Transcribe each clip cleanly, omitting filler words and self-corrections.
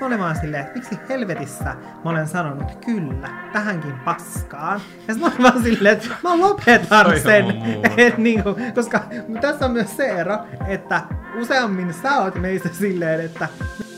olin vaan silleen, että miksi helvetissä mä olen sanonut kyllä tähänkin paskaan. Ja sitten mä olin vaan silleen, että mä lopetan sen. Niinku, koska tässä on myös se ero, että useammin sä oot meistä silleen, että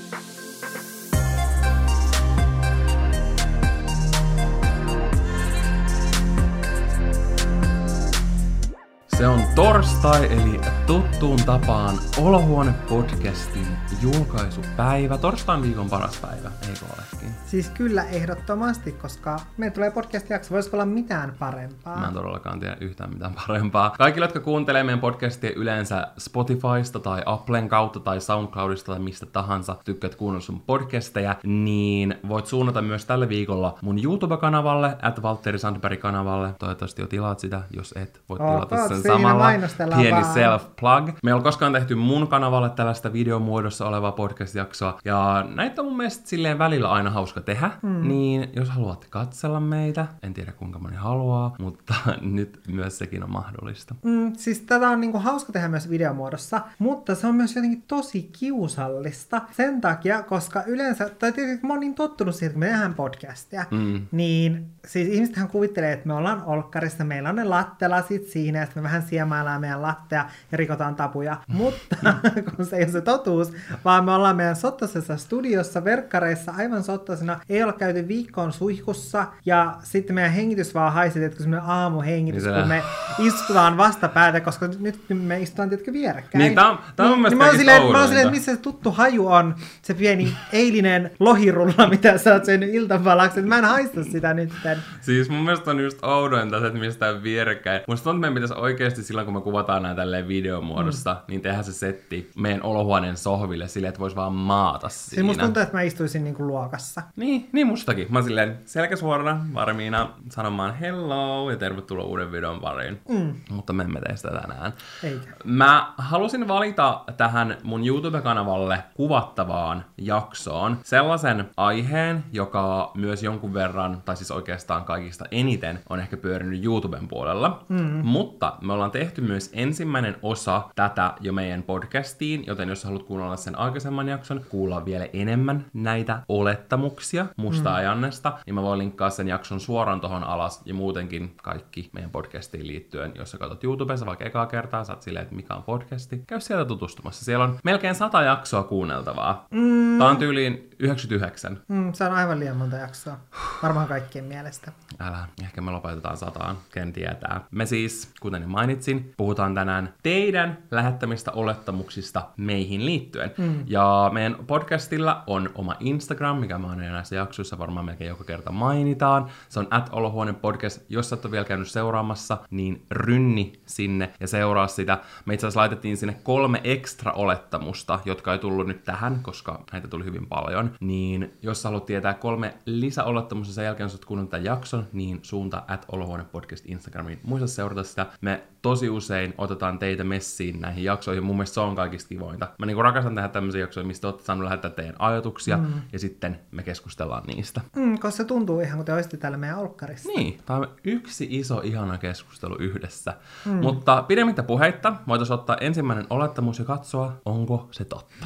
se on torstai, eli tuttuun tapaan Olohuone-podcastin julkaisupäivä. Torstain viikon paras päivä, eikö olekin? Siis kyllä ehdottomasti, koska meillä tulee podcast-jakso, voisiko olla mitään parempaa? Mä en todellakaan tiedä yhtään mitään parempaa. Kaikille, jotka kuuntelee meidän podcastia yleensä Spotifysta tai Applen kautta tai SoundCloudista tai mistä tahansa tykkäät kuunnella sun podcasteja, niin voit suunnata myös tällä viikolla mun YouTube-kanavalle, @ValtteriSandberg-kanavalle. Toivottavasti jo tilaat sitä, jos et, voit tilata sen samalla. Pieni self-plug. Meillä on koskaan tehty mun kanavalle tällaista videomuodossa olevaa podcast-jaksoa, ja näitä on mun mielestä silleen välillä aina hauska tehdä, niin jos haluatte katsella meitä, en tiedä kuinka moni haluaa, mutta nyt myös sekin on mahdollista. Siis tätä on niinku hauska tehdä myös videomuodossa, mutta se on myös jotenkin tosi kiusallista sen takia, koska yleensä, tai tietysti mä oon niin tottunut siihen, että me tehdään podcastia, niin siis ihmisethän kuvittelee, että me ollaan olkkarissa, meillä on ne lattelasit siinä, ja me vähän siemaillaan meidän lattea ja rikotaan tapuja, mutta kun se ei ole se totuus, vaan me ollaan meidän sottaisessa studiossa, verkkareissa, aivan sottasina, ei olla käyty viikkoon suihkussa, ja sitten meidän hengitys vaan haisee, että semmoinen aamuhengitys, kun me istutaan vastapäätä, koska nyt me istutaan tietenkin vierekkäin. Niin, tää on mun mielestä mä oon silleen, että missä se tuttu haju on, se pieni eilinen lohirulla, mitä sä oot syönyt iltapalaksi, mä en haista sitä nyt. Siis mun mielestä on just oudointa se, että mistä vierekkäin. Musta tuntuu, että meidän pitäisi oikeasti silloin, kun me kuvataan näitä tälleen videomuodossa, niin tehdään se setti meidän olohuoneen sohville silleen, että vois vaan maata siinä. Siis musta tuntuu, että mä istuisin niinku luokassa. Niin mustakin. Mä oon silleen selkäsuorana varmiina sanomaan hello ja tervetuloa uuden videon pariin. Mutta me emme tee sitä tänään. Eikä. Mä halusin valita tähän mun YouTube-kanavalle kuvattavaan jaksoon sellaisen aiheen, joka myös jonkun verran, tai siis oikeastaan kaikista eniten, on ehkä pyörinyt YouTuben puolella. Mutta me ollaan tehty myös ensimmäinen osa tätä jo meidän podcastiin, joten jos haluat kuunnella sen aikaisemman jakson, kuulla vielä enemmän näitä olettamuksia musta ja Jannesta, niin mä voin linkkaa sen jakson suoraan tohon alas, ja muutenkin kaikki meidän podcastiin liittyen, jos sä katsot YouTubessa vaikka ekaa kertaa, sä oot silleen, että mikä on podcasti, käy sieltä tutustumassa. Siellä on melkein 100 jaksoa kuunneltavaa. Tää on tyyliin 99. Se on aivan liian monta jaksoa. Varmaan kaikkien mielestä. Älä, ehkä me lopetetaan 100, ken tietää. Me siis, kuten mainitsin, puhutaan tänään teidän lähettämistä olettamuksista meihin liittyen. Ja meidän podcastilla on oma Instagram, mikä mä oon näissä jaksoissa varmaan melkein joka kerta mainitaan. Se on @olohuonepodcast. Jos sä et ole vielä käynyt seuraamassa, niin rynni sinne ja seuraa sitä. Me itse asiassa laitettiin sinne 3 ekstra olettamusta, jotka ei tullut nyt tähän, koska näitä tuli hyvin paljon. Niin jos sä haluat tietää 3 lisäolettamusta sen jälkeen, jos oot kuunnellut tämän jakson, niin suunta @olohuonepodcast Instagramiin. Muista seurata sitä. Me tosi usein otetaan teitä messiin näihin jaksoihin. Mun mielestä se on kaikista kivointa. Mä niinku rakastan tehdä tämmöisiä jaksoja, mistä olette saanut lähettää teidän ajatuksia, ja sitten me keskustellaan niistä. Koska se tuntuu ihan, kun te olisitte täällä meidän olkkarissa. Niin, tää on yksi iso ihana keskustelu yhdessä. Mutta pidemmittä puheitta voitaisiin ottaa ensimmäinen olettamus ja katsoa, onko se totta.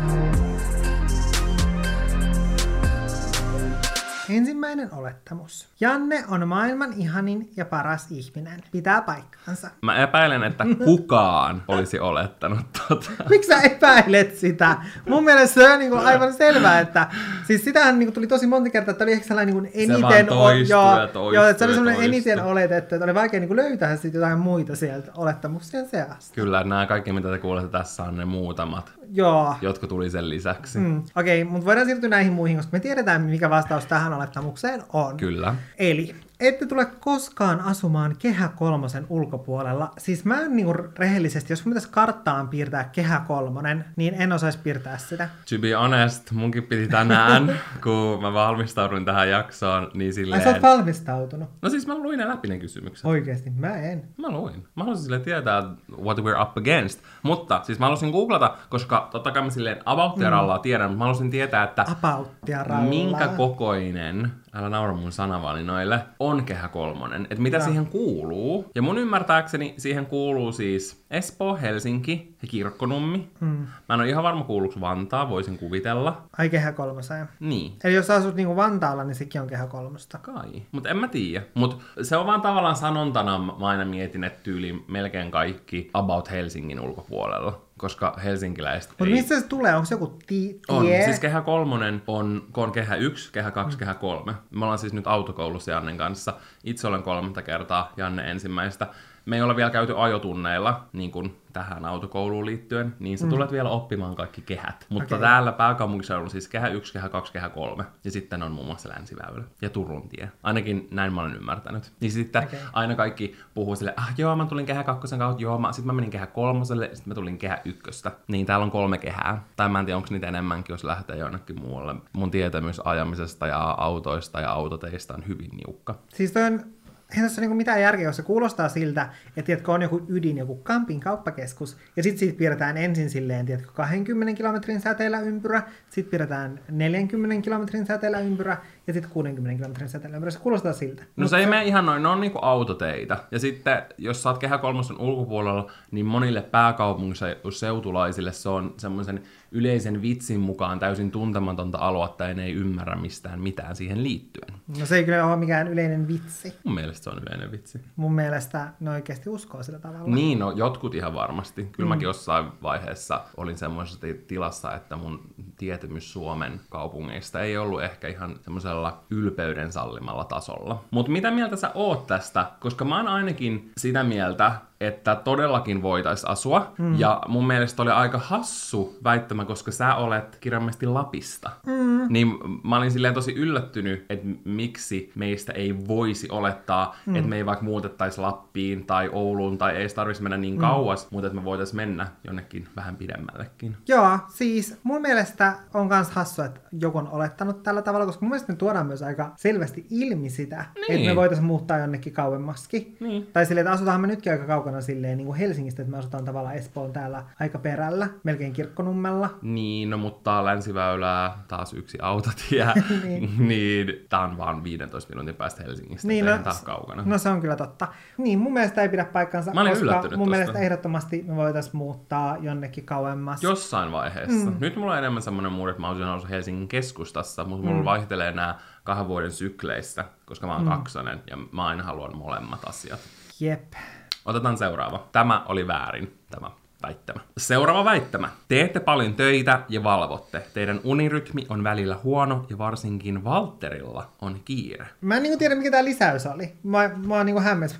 Ensimmäinen olettamus. Janne on maailman ihanin ja paras ihminen. Pitää paikkansa. Mä epäilen, että kukaan olisi olettanut tota. Miksi sä epäilet sitä? Mun mielestä se on niinku aivan selvää, että siis sitähän niinku tuli tosi monta kertaa, että oli ehkä sellainen niinku eniten... Se vaan toistuu. Että se oli sellainen eniten oletettu, että oli vaikea niinku löytää sit jotain muita sieltä olettamuksien seasta. Kyllä, nämä kaikki mitä te kuulette tässä on ne muutamat, jotka tuli sen lisäksi. Okei, mutta voidaan siirtyä näihin muihin, koska me tiedetään, mikä vastaus tähän olettamukseen on. Kyllä. Eli ette tule koskaan asumaan Kehä kolmosen ulkopuolella. Siis mä en niinku rehellisesti, jos mun pitäisi karttaan piirtää Kehä kolmonen, niin en osaisi piirtää sitä. To be honest, munkin piti tänään, kun mä valmistauduin tähän jaksoon, niin silleen... Ai sä oot valmistautunut? No siis mä luin ne läpi ne kysymykset. Oikeesti, mä en. Mä luin. Mä halusin silleen tietää what we're up against. Mutta siis mä halusin googlata, koska totta kai mä silleen about-tiaralla tiedän, mutta mä halusin tietää, että About-tiaralla. minkä kokoinen älä naura mun sanavalinnoille, on Kehä kolmonen. Että mitä siihen kuuluu. Ja mun ymmärtääkseni siihen kuuluu siis Espoo, Helsinki ja Kirkkonummi. Mä en ole ihan varma kuuluuko Vantaa, voisin kuvitella. Ai Kehä kolmoseen. Niin. Eli jos asut niinku Vantaalla, niin sekin on Kehä kolmosta. Kai. Mutta en mä tiedä. Mutta se on vaan tavallaan sanontana, mä aina mietin, että tyyli melkein kaikki about Helsingin ulkopuolella. Koska helsinkiläiset Mutta mistä se tulee? Onko se joku tie? On. Siis Kehä kolmonen on Kehä 1, Kehä 2, Kehä 3. Me ollaan siis nyt autokoulussa Jannen kanssa. Itse olen 3 kertaa, Janne ensimmäistä. Me ei ole vielä käyty ajotunneilla, niin kuin tähän autokouluun liittyen, niin sä tulet vielä oppimaan kaikki kehät. Mutta täällä pääkaupunkiseudulla on siis Kehä 1, Kehä 2, Kehä 3. Ja sitten on muun muassa Länsiväylä ja Turun tie. Ainakin näin mä olen ymmärtänyt. Niin sitten aina kaikki puhuu silleen, joo mä tulin Kehä 2 kautta, sitten mä menin Kehä 3, sitten mä tulin Kehä 1. Niin täällä on 3 kehää. Tai mä en tiedä, onko niitä enemmänkin, jos lähtee jonnekin muualle. Mun tietämys ajamisesta ja autoista ja autoteista on hyvin niukka. Siis eihän tässä ole niinku mitään järkeä, jos se kuulostaa siltä, että tiedätkö, on joku ydin, joku Kampin kauppakeskus, ja sitten siitä piirretään ensin silleen, tiedätkö, 20 kilometrin säteellä ympyrä, sitten piirretään 40 kilometrin säteellä ympyrä, ja sitten 60 kilometrin säteellä ympyrä. Se kuulostaa siltä. No se ei mene ihan noin, ne on niinku autoteitä. Ja sitten, jos sä oot Kehä kolmosen ulkopuolella, niin monille pääkaupunkiseutulaisille se on semmoisen yleisen vitsin mukaan täysin tuntematonta aluetta, ja ne ei ymmärrä mistään mitään siihen liittyen. No se ei kyllä ole mikään yleinen vitsi. Mun mielestä se on yleinen vitsi. Mun mielestä ne oikeasti uskoo sillä tavalla. Niin, no jotkut ihan varmasti. Kyllä mäkin jossain vaiheessa olin semmoisessa tilassa, että mun tietämys Suomen kaupungeista ei ollut ehkä ihan semmoisella ylpeyden sallimalla tasolla. Mutta mitä mieltä sä oot tästä? Koska mä oon ainakin sitä mieltä, että todellakin voitaisiin asua. Ja mun mielestä oli aika hassu väittämä, koska sä olet kirjaimellisesti Lapista. Niin mä olin silleen tosi yllättynyt, että miksi meistä ei voisi olettaa, että me ei vaikka muutettaisi Lappiin tai Ouluun, tai ei tarvitsisi mennä niin kauas, mutta että me voitaisiin mennä jonnekin vähän pidemmällekin. Joo, siis mun mielestä on kans hassu, että joku on olettanut tällä tavalla, koska mun mielestä me tuodaan myös aika selvästi ilmi sitä, että me voitaisiin muuttaa jonnekin kauemmaskin. Tai silleen, että asutaan me nytkin aika kaukana silleen niin kuin Helsingistä, että me asutaan tavallaan Espoon täällä aika perällä, melkein Kirkkonummella. Niin, no mutta Länsiväylää taas yksi autotie, niin tää on vaan 15 minuutin päästä Helsingistä, niin, no, taas kaukana. No se on kyllä totta. Niin, mun mielestä ei pidä paikkansa, koska mun mielestä ehdottomasti me voitaisiin muuttaa jonnekin kauemmas. Jossain vaiheessa. Nyt mulla on enemmän semmoinen muuri, että mä olisin ollut Helsingin keskustassa, mutta mulla vaihtelee nämä 2 vuoden sykleissä, koska mä oon kaksonen ja mä aina haluan molemmat asiat. Jep. Otetaan seuraava. Tämä oli väärin, tämä väittämä. Seuraava väittämä. Teette paljon töitä ja valvotte. Teidän unirytmi on välillä huono ja varsinkin Valtterilla on kiire. Mä en tiedä, mikä tää lisäys oli. Mä oon hämmäs.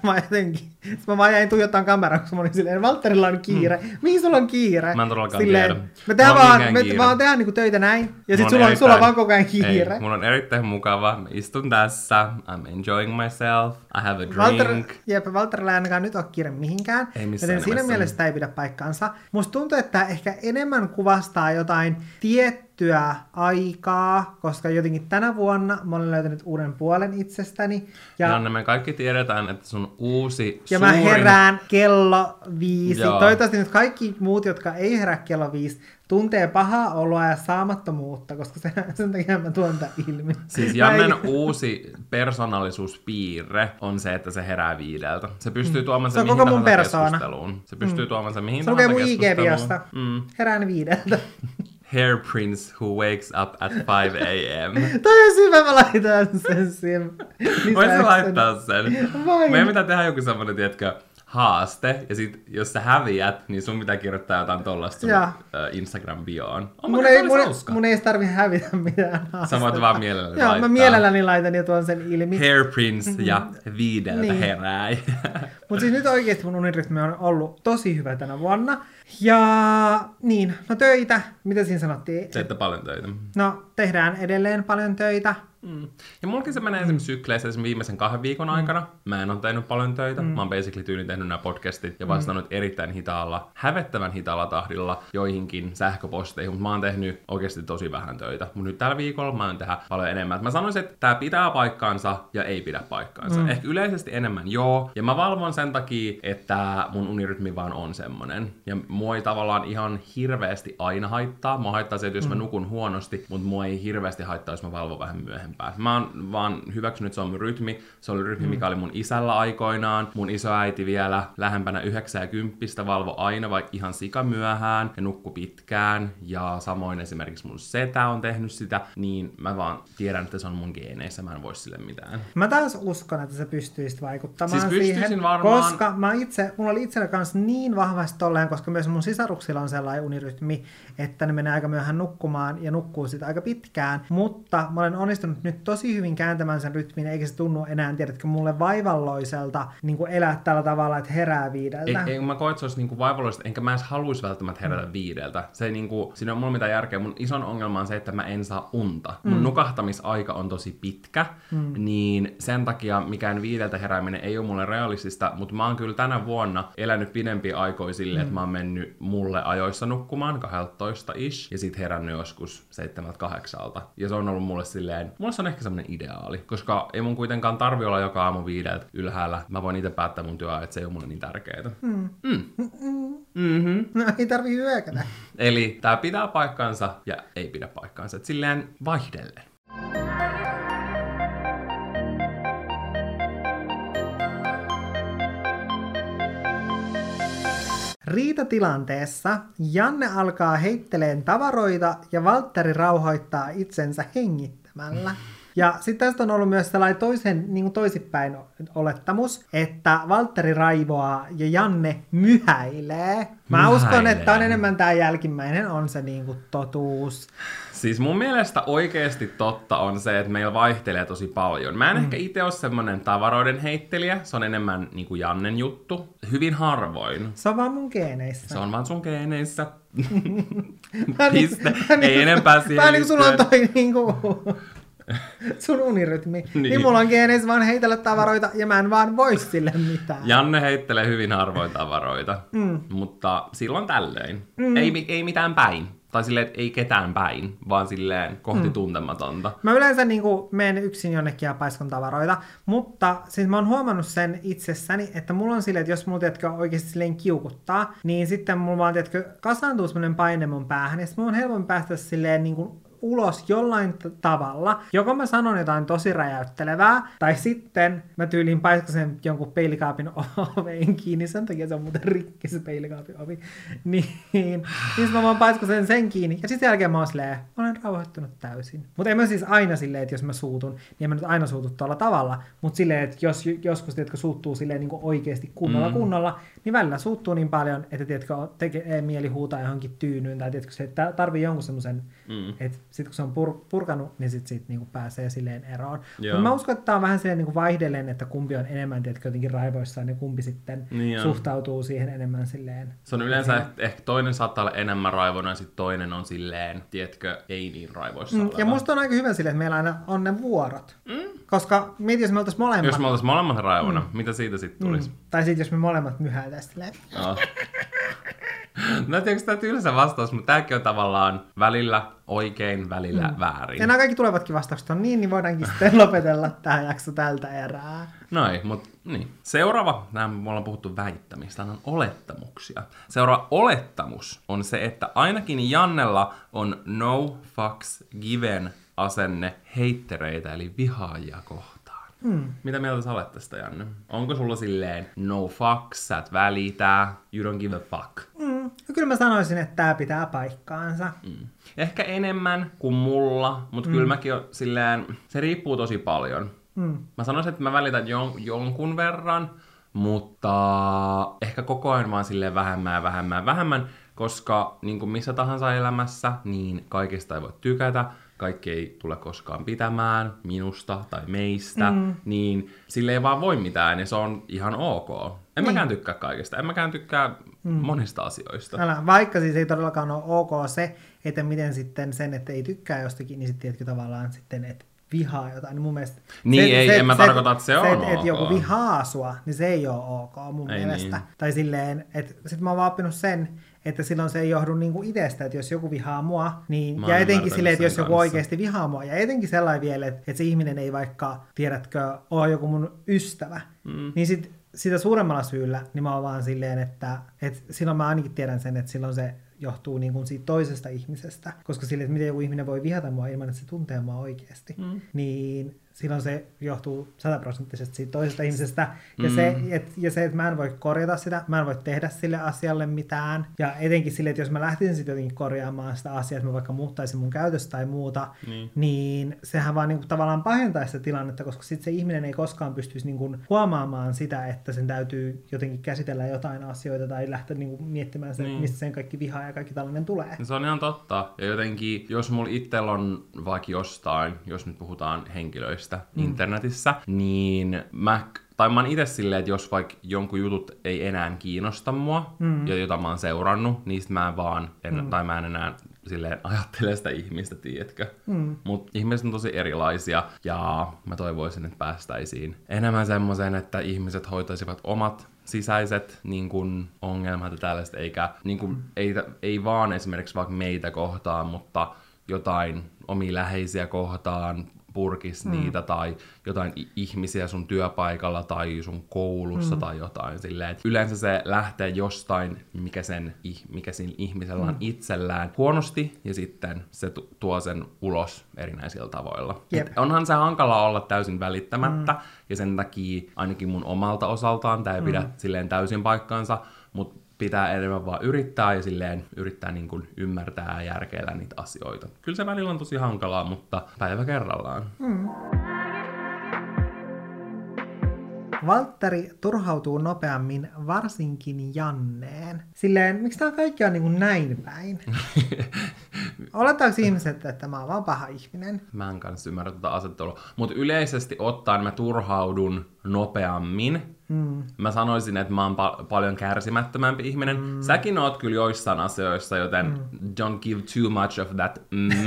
Mä vaan jäin tuijottamaan kameraan, koska mä olin silleen, Valtterilla on kiire. Mihin sulla on kiire? Mä en todellakaan tiedä. Me vaan tehdään töitä näin, ja sit sulla on vaan koko ajan kiire. Ei, mulla on erittäin mukava. Mä istun tässä. I'm enjoying myself. I have a drink. Valtterilla ei ainakaan nyt ole kiire mihinkään. Ei missään nimessä. Siinä mielessä ei pidä paikkaa. Musta tuntuu, että ehkä enemmän kuvastaa jotain tiettyä aikaa, koska jotenkin tänä vuonna mä olen löytänyt uuden puolen itsestäni. Ja me kaikki tiedetään, että sun uusi ja mä herään kello 5. Joo. Toivottavasti nyt kaikki muut, jotka ei herää kello 5, tuntee pahaa oloa ja saamattomuutta, koska sen takia mä tuon tämän ilmi. Siis Jannen uusi persoonallisuuspiirre on se, että se herää 5. Se pystyy tuomaan sen mihin tahansa keskusteluun. Se pystyy tuomaan sen mihin tahansa keskusteluun. Se lukee mun IG-biosta. Herään 5. Hair Prince who wakes up at 5 a.m. Toi on hyvä, mä laitan sen siihen. Voit sä laittaa sen? Meidän pitää tehdä joku semmonen, tiedätkö, haaste, ja sit jos sä häviät, niin sun pitää kirjoittaa jotain tollasta sun Instagram-bioon. Mun ei tarvi hävitä mitään haastetta. Sä voit vaan mielelläni laittaa. Joo, mä mielelläni laitan ja tuon sen ilmi. Hair Prince ja 5 heräi. Mut siis nyt oikeesti mun unirytmi on ollut tosi hyvä tänä vuonna. Ja niin, no töitä, mitä siinä sanottiin? Teette paljon töitä. No, tehdään edelleen paljon töitä. Ja mullakin se menee esimerkiksi sykleissä viimeisen 2 viikon aikana. Mä en ole tehnyt paljon töitä. Mä oon basically tyyliin tehnyt nämä podcastit ja vastannut erittäin hitaalla, hävettävän hitaalla tahdilla joihinkin sähköposteihin, mutta mä oon tehnyt oikeasti tosi vähän töitä. Mutta nyt tällä viikolla mä oon tehdä paljon enemmän. Mä sanoisin, että tää pitää paikkaansa ja ei pidä paikkaansa. Ehkä yleisesti enemmän joo. Ja mä valvon sen takia, että mun unirytmi vaan on semmonen. Ja mua ei tavallaan ihan hirveästi aina haittaa. Mua haittaa se, että jos mä nukun huonosti, mutta mua ei hirveästi haittaa, jos mä valvon vähän myöhemmin enempää. Mä oon vaan hyväksynyt, että se on mun rytmi. Se oli rytmi, mikä oli mun isällä aikoinaan. Mun isoäiti vielä lähempänä 90 valvo aina, vaikka ihan sikamyöhään ja nukku pitkään. Ja samoin esimerkiksi mun setä on tehnyt sitä, niin mä vaan tiedän, että se on mun geeneissä. Mä en voi sille mitään. Mä taas uskon, että sä pystyisit vaikuttamaan siis siihen, varmaan... koska mulla oli itsellä kanssa niin vahvasti tolleen, koska myös mun sisaruksilla on sellainen unirytmi, että ne menee aika myöhään nukkumaan ja nukkuu sitä aika pitkään, mutta mä olen onnistunut nyt tosi hyvin kääntämään sen rytmin, eikä se tunnu enää, tiedätkö, mulle vaivalloiselta niin kuin elää tällä tavalla, että herää 5. Ei mä koet, että se olisi niin kuin vaivalloista, enkä mä edes haluaisi välttämättä herätä 5. Se ei niin kuin, siinä on mulla mitään järkeä. Mun ison ongelma on se, että mä en saa unta. Mun nukahtamisaika on tosi pitkä, niin sen takia mikään 5 herääminen ei ole mulle realistista, mutta mä oon kyllä tänä vuonna elänyt pidempiä aikoja silleen, että mä oon mennyt mulle ajoissa nukkumaan 12-ish, ja sit herännyt joskus 7-8. Ja se on ollut mulle silleen, mulla se on ehkä semmonen ideaali, koska ei mun kuitenkaan tarvi olla joka aamu 5 ylhäällä. Mä voin itse päättää mun työtä, että se ei ole mulle niin tärkeetä. No ei tarvii hyökätä. Eli tää pitää paikkansa ja ei pidä paikkansa. Et silleen vaihdellen. Riitatilanteessa Janne alkaa heitteleen tavaroita ja Valtteri rauhoittaa itsensä hengittämällä. Ja sitten tästä on ollut myös sellainen toisinpäin olettamus, että Valtteri raivoaa ja Janne myhäilee. Mä uskon, että on enemmän tämä jälkimmäinen on se niin kuin totuus. Siis mun mielestä oikeasti totta on se, että meillä vaihtelee tosi paljon. Mä en ehkä itse ole semmonen tavaroiden heittelijä, se on enemmän niin kuin Jannen juttu. Hyvin harvoin. Se on vaan mun geeneissä. Se on vaan sun geeneissä. Piste. Ei enempää siihen liittyen. Niin kuin sulla on toi niinku... sun unirytmi. Niin mulla on geeneissä vaan heitellä tavaroita ja mä en vaan voi sille mitään. Janne heittelee hyvin harvoin tavaroita, mutta silloin tällöin. Ei mitään päin. Tai silleen, että ei ketään päin, vaan silleen kohti tuntematonta. Mä yleensä menen yksin jonnekin ja paiskon tavaroita, mutta siis mä oon huomannut sen itsessäni, että mulla on silleen, että jos mulla oikeasti silleen kiukuttaa, niin sitten mulla vaan kasaantuu semmoinen paine mun päähän, ja sitten mulla on helpompi päästä silleen ulos jollain tavalla. Joko mä sanon jotain tosi räjäyttelevää, tai sitten mä tyyliin paiskasen jonkun peilikaapin oveen kiinni, sen takia se on muuten rikki se peilikaapin ovi. Niin mä vaan paiskasen sen kiinni, ja sitten jälkeen mä oon silleen, olen rauhoittunut täysin. Mutta en mä siis aina silleen, että jos mä suutun, niin en mä nyt aina suutu tuolla tavalla, mutta silleen, että jos joskus tiedätkö, suuttuu silleen niin oikeasti kunnolla, niin välillä suuttuu niin paljon, että tiedätkö, tekee mieli huutaa johonkin tyynyyn, tai tiedätkö, se tarvii jonkun semmoisen, että sitten kun se on purkanut, niin sitten siitä niinku pääsee silleen eroon. Mutta mä uskon, että tämä on vähän silleen niinku vaihdellen, että kumpi on enemmän, tiedätkö, jotenkin raivoissaan, ja kumpi sitten suhtautuu siihen enemmän silleen. Se on yleensä, ehkä toinen saattaa olla enemmän raivona, ja sitten toinen on silleen, tiedätkö, ei niin raivoissa oleva. Ja musta on aika hyvä silleen, että meillä aina on ne vuorot. Koska mieti, jos me oltaisiin molemmat. Jos me oltaisiin molemmat raivona, mitä siitä sitten tulisi? Tai sitten jos me molemmat myhäiltäisiin silleen. No tietysti tämä tylsä vastaus, mutta tämäkin on tavallaan välillä oikein, välillä väärin. Ja nämä kaikki tulevatkin vastaukset on niin voidaankin sitten lopetella tämä jakso tältä erää. Noin, mutta niin. Seuraava, me ollaan puhuttu väittämistä, on olettamuksia. Seuraava olettamus on se, että ainakin Jannella on no fucks given asenne heittereitä, eli vihaajia kohtaan. Mitä mieltä sä olet tästä, Janne? Onko sulla silleen no fucks, sä et välitä, you don't give a fuck? Kyllä mä sanoisin, että tää pitää paikkaansa. Ehkä enemmän kuin mulla, mutta kyllä mäkin on silleen, se riippuu tosi paljon. Mä sanoisin, että mä välitän jonkun verran, mutta ehkä koko ajan vaan silleen vähemmän, koska niin kuin missä tahansa elämässä, niin kaikesta ei voi tykätä. Kaikki ei tule koskaan pitämään minusta tai meistä, niin sille ei vaan voi mitään, ja se on ihan ok. En mäkään tykkää kaikesta, en mäkään tykkää monista asioista. Vaikka siis ei todellakaan ole ok se, että miten sitten sen, että ei tykkää jostakin, niin sitten tiedätkö tavallaan sitten, että vihaa jotain. Niin mun mielestä niin, en mä tarkoita, että se on ok. Että joku vihaa sua, niin se ei ole ok mun mielestä. Niin. Tai silleen, että sit mä oon vaan oppinut sen, että silloin se ei johdu niinku itsestä, että jos joku vihaa mua, niin, ja etenkin silleen, että jos joku oikeasti vihaa mua, ja etenkin sellainen vielä, että se ihminen ei vaikka, tiedätkö, ole joku mun ystävä, niin sitä suuremmalla syyllä, niin mä oon vaan silleen, että silloin mä ainakin tiedän sen, että silloin se johtuu niin kuin siitä toisesta ihmisestä. Koska sille, että miten joku ihminen voi vihata mua ilman, että se tuntee mua oikeasti. Niin silloin se johtuu 100% siitä toisesta ihmisestä. Ja se, että mä en voi korjata sitä, mä en voi tehdä sille asialle mitään. Ja etenkin sille, että jos mä lähtisin sitten jotenkin korjaamaan sitä asiaa, että mä vaikka muuttaisin mun käytöstä tai muuta, niin sehän vaan niin kuin tavallaan pahentaisi sitä tilannetta, koska sitten se ihminen ei koskaan pystyisi niin kuin huomaamaan sitä, että sen täytyy jotenkin käsitellä jotain asioita tai lähteä niin kuin miettimään se, mistä sen kaikki viha ja kaikki tällainen tulee. Se on ihan totta. Ja jotenkin, jos mulla itsellä on vaikka jostain, jos nyt puhutaan henkilöistä internetissä, niin mä oon itse silleen, että jos vaikka jonkun jutut ei enää kiinnosta mua, ja jota mä oon seurannut, niistä mä en enää silleen ajattele sitä ihmistä, tiedätkö? Mutta ihmiset on tosi erilaisia, ja mä toivoisin, että päästäisiin enemmän semmoiseen, että ihmiset hoitaisivat omat sisäiset niin kun, ongelmat ja tällaiset, eikä niin kun, ei vaan esimerkiksi vaikka meitä kohtaan, mutta jotain omia läheisiä kohtaan, purkis niitä tai jotain ihmisiä sun työpaikalla tai sun koulussa tai jotain silleen. Et yleensä se lähtee jostain, mikä siinä ihmisellä on itsellään huonosti ja sitten se tuo sen ulos erinäisillä tavoilla. Onhan se hankala olla täysin välittämättä ja sen takia ainakin mun omalta osaltaan tää ei pidä silleen täysin paikkaansa, mutta pitää enemmän vaan yrittää ja silleen yrittää niin kuin ymmärtää ja järkeillä niitä asioita. Kyllä se välillä on tosi hankalaa, mutta päivä kerrallaan. Valtteri turhautuu nopeammin, varsinkin Janneen. Silleen, miksi tää kaikki on niin kuin näin päin? Olettaako ihmiset, että mä oon vaan paha ihminen? Mä en kanssa ymmärrä tätä asettelua. Mutta yleisesti ottaen mä turhaudun nopeammin. Mä sanoisin, että mä oon paljon kärsimättömämpi ihminen. Säkin oot kyllä joissain asioissa, joten don't give too much of that.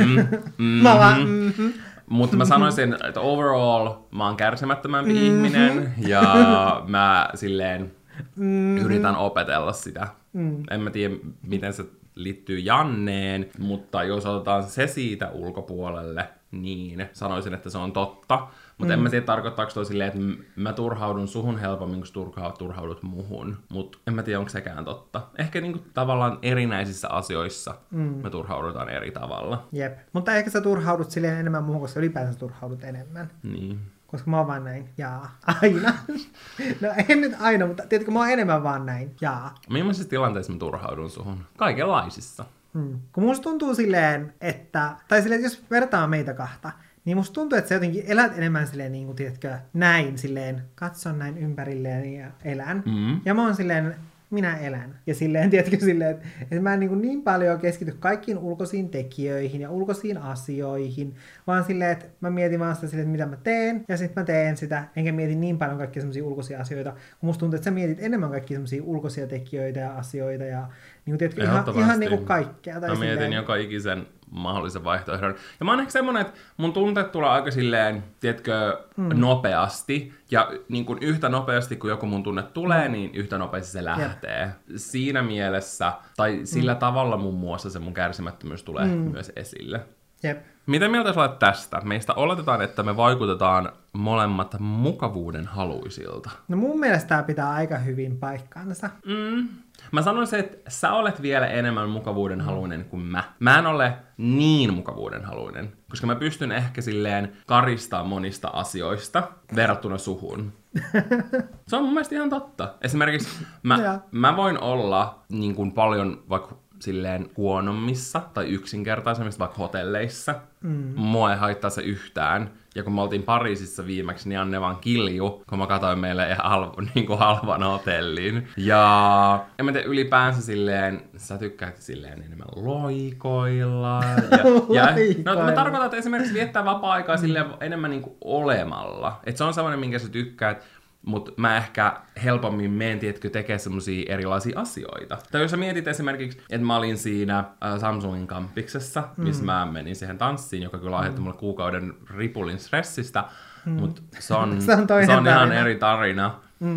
Mutta mä sanoisin, että overall mä oon kärsimättömämpi ihminen ja mä silleen yritän opetella sitä. En mä tiedä, miten se liittyy Janneen, mutta jos otetaan se siitä ulkopuolelle, niin sanoisin, että se on totta. Mutta en mä tiedä, tarkoittaako toi silleen, että mä turhaudun suhun helpommin, kun turhaudut muhun. Mutta en mä tiedä, onko sekään totta. Ehkä niinku tavallaan erinäisissä asioissa me turhaudutaan eri tavalla. Jep. Mutta ehkä sä turhaudut silleen enemmän muhun, koska ylipäänsä turhaudut enemmän. Niin. Koska mä oon vaan näin. Jaa. Aina. No en nyt aina, mutta tiedätkö, mä oon enemmän vaan näin. Jaa. Millaisissa tilanteissa mä turhaudun suhun? Kaikenlaisissa. Kun musta tuntuu silleen, että jos vertaa meitä kahta, niin musta tuntuu, että sä jotenkin elät enemmän silleen, niin kuin, tiedätkö, näin silleen, katson näin ympärilleen ja elän. Ja mä oon silleen, minä elän. Ja silleen, tiedätkö, silleen, että mä en niin paljon keskity kaikkiin ulkoisiin tekijöihin ja ulkoisiin asioihin, vaan silleen, että mä mietin vaan sitä silleen, että mitä mä teen, ja sitten mä teen sitä, enkä mieti niin paljon kaikkia semmosia ulkoisia asioita, kun musta tuntuu, että sä mietit enemmän kaikkia semmosia ulkoisia tekijöitä ja asioita, ja niin kuin, tiedätkö, ihan niin kuin kaikkea. Tai mä mietin joka ikisen mahdollisen vaihtoehdon. Ja mä oon ehkä semmonen, että mun tunteet tulee aika silleen, tiedätkö, nopeasti. Ja niin kuin yhtä nopeasti, kun joku mun tunne tulee, niin yhtä nopeasti se lähtee. Siinä mielessä, tai sillä tavalla muun muassa se mun kärsimättömyys tulee myös esille. Jep. Mitä mieltä sä olet tästä? Meistä oletetaan, että me vaikutetaan molemmat mukavuuden haluisilta. No mun mielestä tää pitää aika hyvin paikkaansa. Mä sanoisin, että sä olet vielä enemmän mukavuuden haluinen kuin mä. Mä en ole niin mukavuuden haluinen, koska mä pystyn ehkä silleen karistaa monista asioista verrattuna suhun. Se on mun mielestä ihan totta. Esimerkiksi mä voin olla niin kuin paljon vaikka silleen huonommissa tai yksinkertaisemmissa vaikka hotelleissa. Mua ei haittaa se yhtään. Ja kun me oltiin Pariisissa viimeksi, niin Anne vaan kilju, kun mä katsoin meille ihan halvan hotellin. Ja en mä tiedä, ylipäänsä silleen, sä tykkäät silleen enemmän loikoilla. No mä tarkoitan, että esimerkiksi viettää vapaa-aikaa silleen enemmän niinku olemalla. Että se on sellainen, minkä sä tykkäät. Mutta mä ehkä helpommin meen, tiedätkö, tekee semmosia erilaisia asioita. Tai jos sä mietit esimerkiksi, että mä olin siinä Samsungin kampiksessa, missä mä menin siihen tanssiin, joka kyllä aiheutti mulle kuukauden ripulin stressistä, mutta se on ihan eri tarina.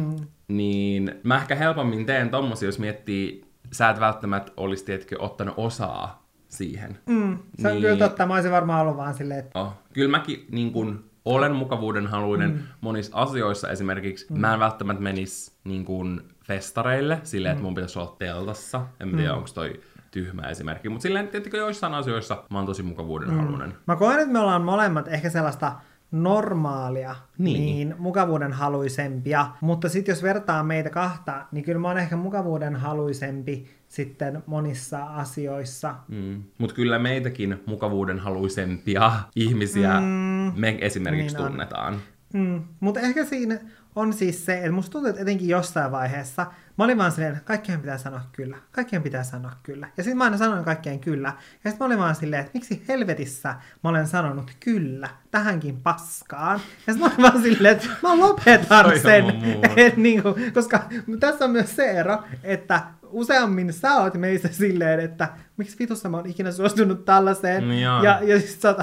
Niin mä ehkä helpommin teen tommosia, jos miettii, sä et välttämättä olisi, tiedätkö, ottanut osaa siihen. Se on kyllä totta, mä olisin varmaan ollut vaan silleen, että... Kyllä mäkin niin kun olen mukavuuden haluinen monissa asioissa. Esimerkiksi mä en välttämättä menisi niin kuin festareille silleen, että mun pitäisi olla teltassa. En tiedä, onko toi tyhmä esimerkki. Mutta silleen, tietenkin joissain asioissa mä oon tosi mukavuuden haluinen. Mä koen, että me ollaan molemmat ehkä sellaista normaalia, niin mukavuuden haluisempia. Mutta sitten jos vertaa meitä kahta, niin kyllä mä oon ehkä mukavuuden haluisempi sitten monissa asioissa. Mutta kyllä meitäkin mukavuuden haluisempia ihmisiä me esimerkiksi niin tunnetaan. Mutta ehkä siinä on siis se, että musta tuntuu, että etenkin jossain vaiheessa mä olin vaan silleen, että kaikkien pitää sanoa kyllä. Kaikkien pitää sanoa kyllä. Ja sitten mä aina sanoin kaikkeen kyllä. Ja sitten mä olin vaan silleen, että miksi helvetissä mä olen sanonut kyllä tähänkin paskaan. Ja sitten mä olin vaan silleen, että mä lopetan sen. Niinku, koska tässä on myös se ero, että useammin sä oot meistä silleen, että miksi vitussa mä oon ikinä suostunut tällaiseen. Ja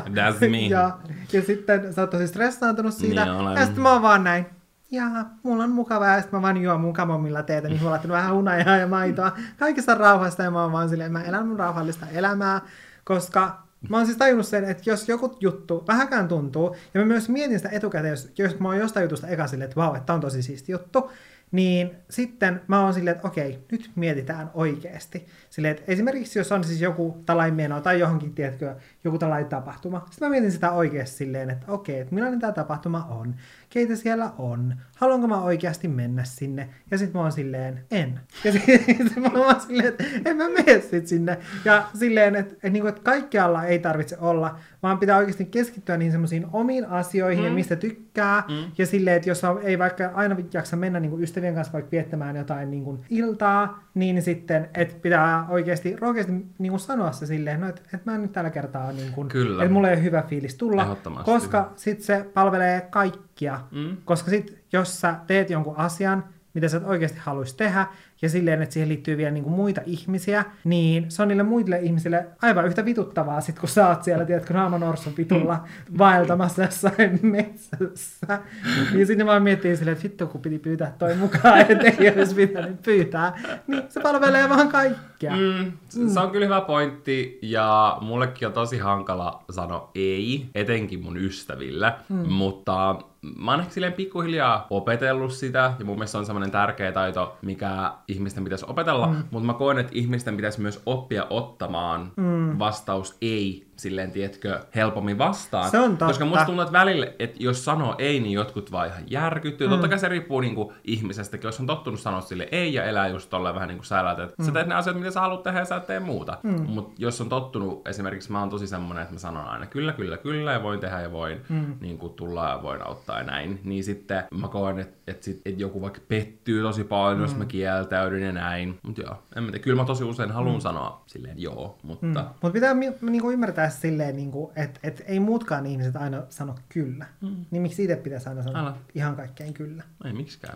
sitten sä oot tosi stressaantunut siitä. Ja sitten mä oon vaan näin. Ja mulla on mukavaa, ja sitten mä vaan juon mun kamomilla teetä, niin mä oon laittanut vähän hunajaa ja maitoa. Kaikessa rauhassa, ja mä oon vaan silleen, mä elän mun rauhallista elämää, koska mä oon siis tajunnut sen, että jos joku juttu vähäkään tuntuu, ja mä myös mietin sitä etukäteen, jos mä oon jostain jutusta eka silleen, että vau, että tää on tosi siisti juttu, niin sitten mä oon silleen, että okei, nyt mietitään oikeasti. Silleen, että esimerkiksi jos on siis joku talaimeno tai johonkin, tiedätkö, joku tapahtuma, sitten mä mietin sitä oikeasti silleen, että okei, että millainen tämä tapahtuma on, keitä siellä on, haluanko mä oikeasti mennä sinne, ja sitten mä oon silleen, en. Ja sitten mä oon silleen, että en mä mene sit sinne. Ja silleen, että kaikkialla ei tarvitse olla, vaan pitää oikeasti keskittyä niihin semmoisiin omiin asioihin ja mistä tykkää. Ja silleen, että jos ei vaikka aina jaksa mennä niin kuin ystävien kanssa vaikka viettämään jotain niin kuin iltaa, niin sitten, että pitää oikeasti niin kuin sanoa se silleen, no, että mä en nyt tällä kertaa, niin kuin, että mulla ei ole hyvä fiilis tulla, koska sitten se palvelee kaikkia. Koska sitten, jos sä teet jonkun asian, mitä sä et oikeasti haluaisi tehdä, ja silleen, että siihen liittyy vielä niinku muita ihmisiä, niin se on niille muille ihmisille aivan yhtä vituttavaa, sit kun sä oot siellä, tiedätkö, naamanorsun vitulla vaeltamassa jossain metsässä. Ja sinne vaan miettii silleen, että vittu, kun piti pyytää toi mukaan, ettei olisi pitänyt pyytää. Niin se palvelee vaan kaikkea. Se on kyllä hyvä pointti, ja mullekin on tosi hankala sanoa ei, etenkin mun ystäville, mutta mä oon ehkä silleen pikkuhiljaa opetellut sitä, ja mun mielestä se on semmoinen tärkeä taito, mikä ihmisten pitäisi opetella, mutta mä koen, että ihmisten pitäisi myös oppia ottamaan vastaus ei, silleen, tiedätkö, helpommin vastaan. Se on totta. Koska musta tuntuu, että välillä, että jos sanoo ei, niin jotkut vaan ihan järkyttyy. Totta kai se riippuu niinku ihmisestäkin, jos on tottunut sanoa sille ei ja elää just tolleen vähän niin kuin sä elät, että sä teet ne asiat, mitä sä haluat tehdä ja sä et tee muuta. Mutta jos on tottunut, esimerkiksi mä oon tosi semmonen, että mä sanon aina kyllä, kyllä, kyllä ja voin tehdä ja voin niin kuin tulla ja voin auttaa ja näin. Niin sitten mä koen, että joku vaikka pettyy tosi paljon, jos mä kieltäydyn ja näin. Mutta joo, en mä tiedä. Kyllä mä tosi usein haluan sanoa silleen joo, mutta... Mutta pitää niinku ymmärtää silleen, niinku, että ei muutkaan ihmiset aina sano kyllä. Niin miksi itse pitäisi aina sanoa ihan kaikkeen kyllä? Ei miksikään.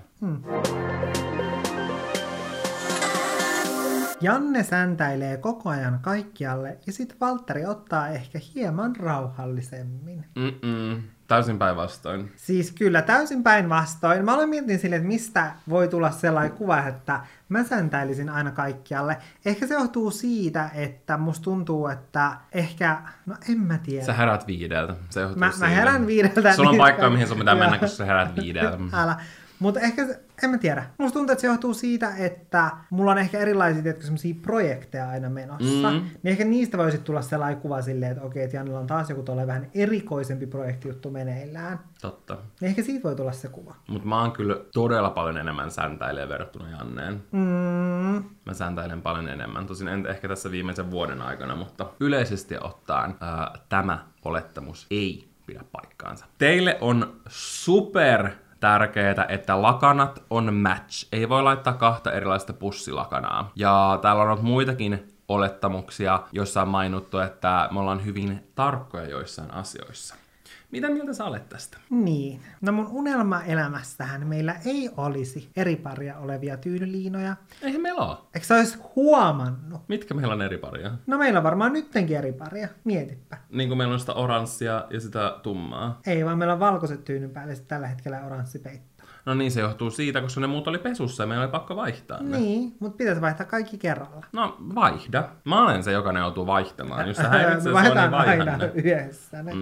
Janne säntäilee koko ajan kaikkialle ja sitten Valtteri ottaa ehkä hieman rauhallisemmin. Täysin päinvastoin. Siis kyllä, täysin päinvastoin. Mä olen miettinyt silleen, että mistä voi tulla sellainen kuva, että mä säntäilisin aina kaikkialle. Ehkä se johtuu siitä, että musta tuntuu, että ehkä, no en mä tiedä. Sä herät 5. Se johtuu mä herän 5. Sulla on paikka, mihin sun pitää mennä, kun sä herät 5. Älä. Mutta ehkä, en mä tiedä. Musta tuntuu, että se johtuu siitä, että mulla on ehkä erilaisia semmosia projekteja aina menossa. Niin ehkä niistä voisi tulla sellainen kuva silleen, että okei, että Jannella on taas joku tolle vähän erikoisempi projektijuttu meneillään. Totta. Niin ehkä siitä voi tulla se kuva. Mutta mä oon kyllä todella paljon enemmän säntäilijä verrattuna Janneen. Mä säntäilen paljon enemmän. Tosin en ehkä tässä viimeisen vuoden aikana, mutta yleisesti ottaen tämä olettamus ei pidä paikkaansa. Teille on super tärkeää, että lakanat on match. Ei voi laittaa 2 erilaista pussilakanaa. Ja täällä on ollut muitakin olettamuksia, joissa on mainittu, että me ollaan hyvin tarkkoja joissain asioissa. Mitä mieltä sä olet tästä? Niin. No mun unelmaelämässähän meillä ei olisi eri paria olevia tyynyliinoja. Eihän meillä ole. Eikö sä ois huomannut? Mitkä meillä on eri paria? No meillä on varmaan nyttenkin eri paria. Mietipä. Niin kuin meillä on sitä oranssia ja sitä tummaa. Ei, vaan meillä on valkoiset tyynyn päälle tällä hetkellä oranssi peitto. No niin, se johtuu siitä, koska ne muut oli pesussa ja meillä oli pakko vaihtaa ne. Niin, mutta pitäisi vaihtaa kaikki kerralla. No, vaihda. Mä olen se, joka ne joutuu vaihtamaan. Jos sä häiritsee sua, niin Vaihdetaan vaihda aina ne. yhdessä ne.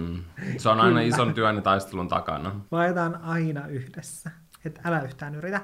Se on aina ison työn ja taistelun takana. Vaihdetaan aina yhdessä. Et älä yhtään yritä.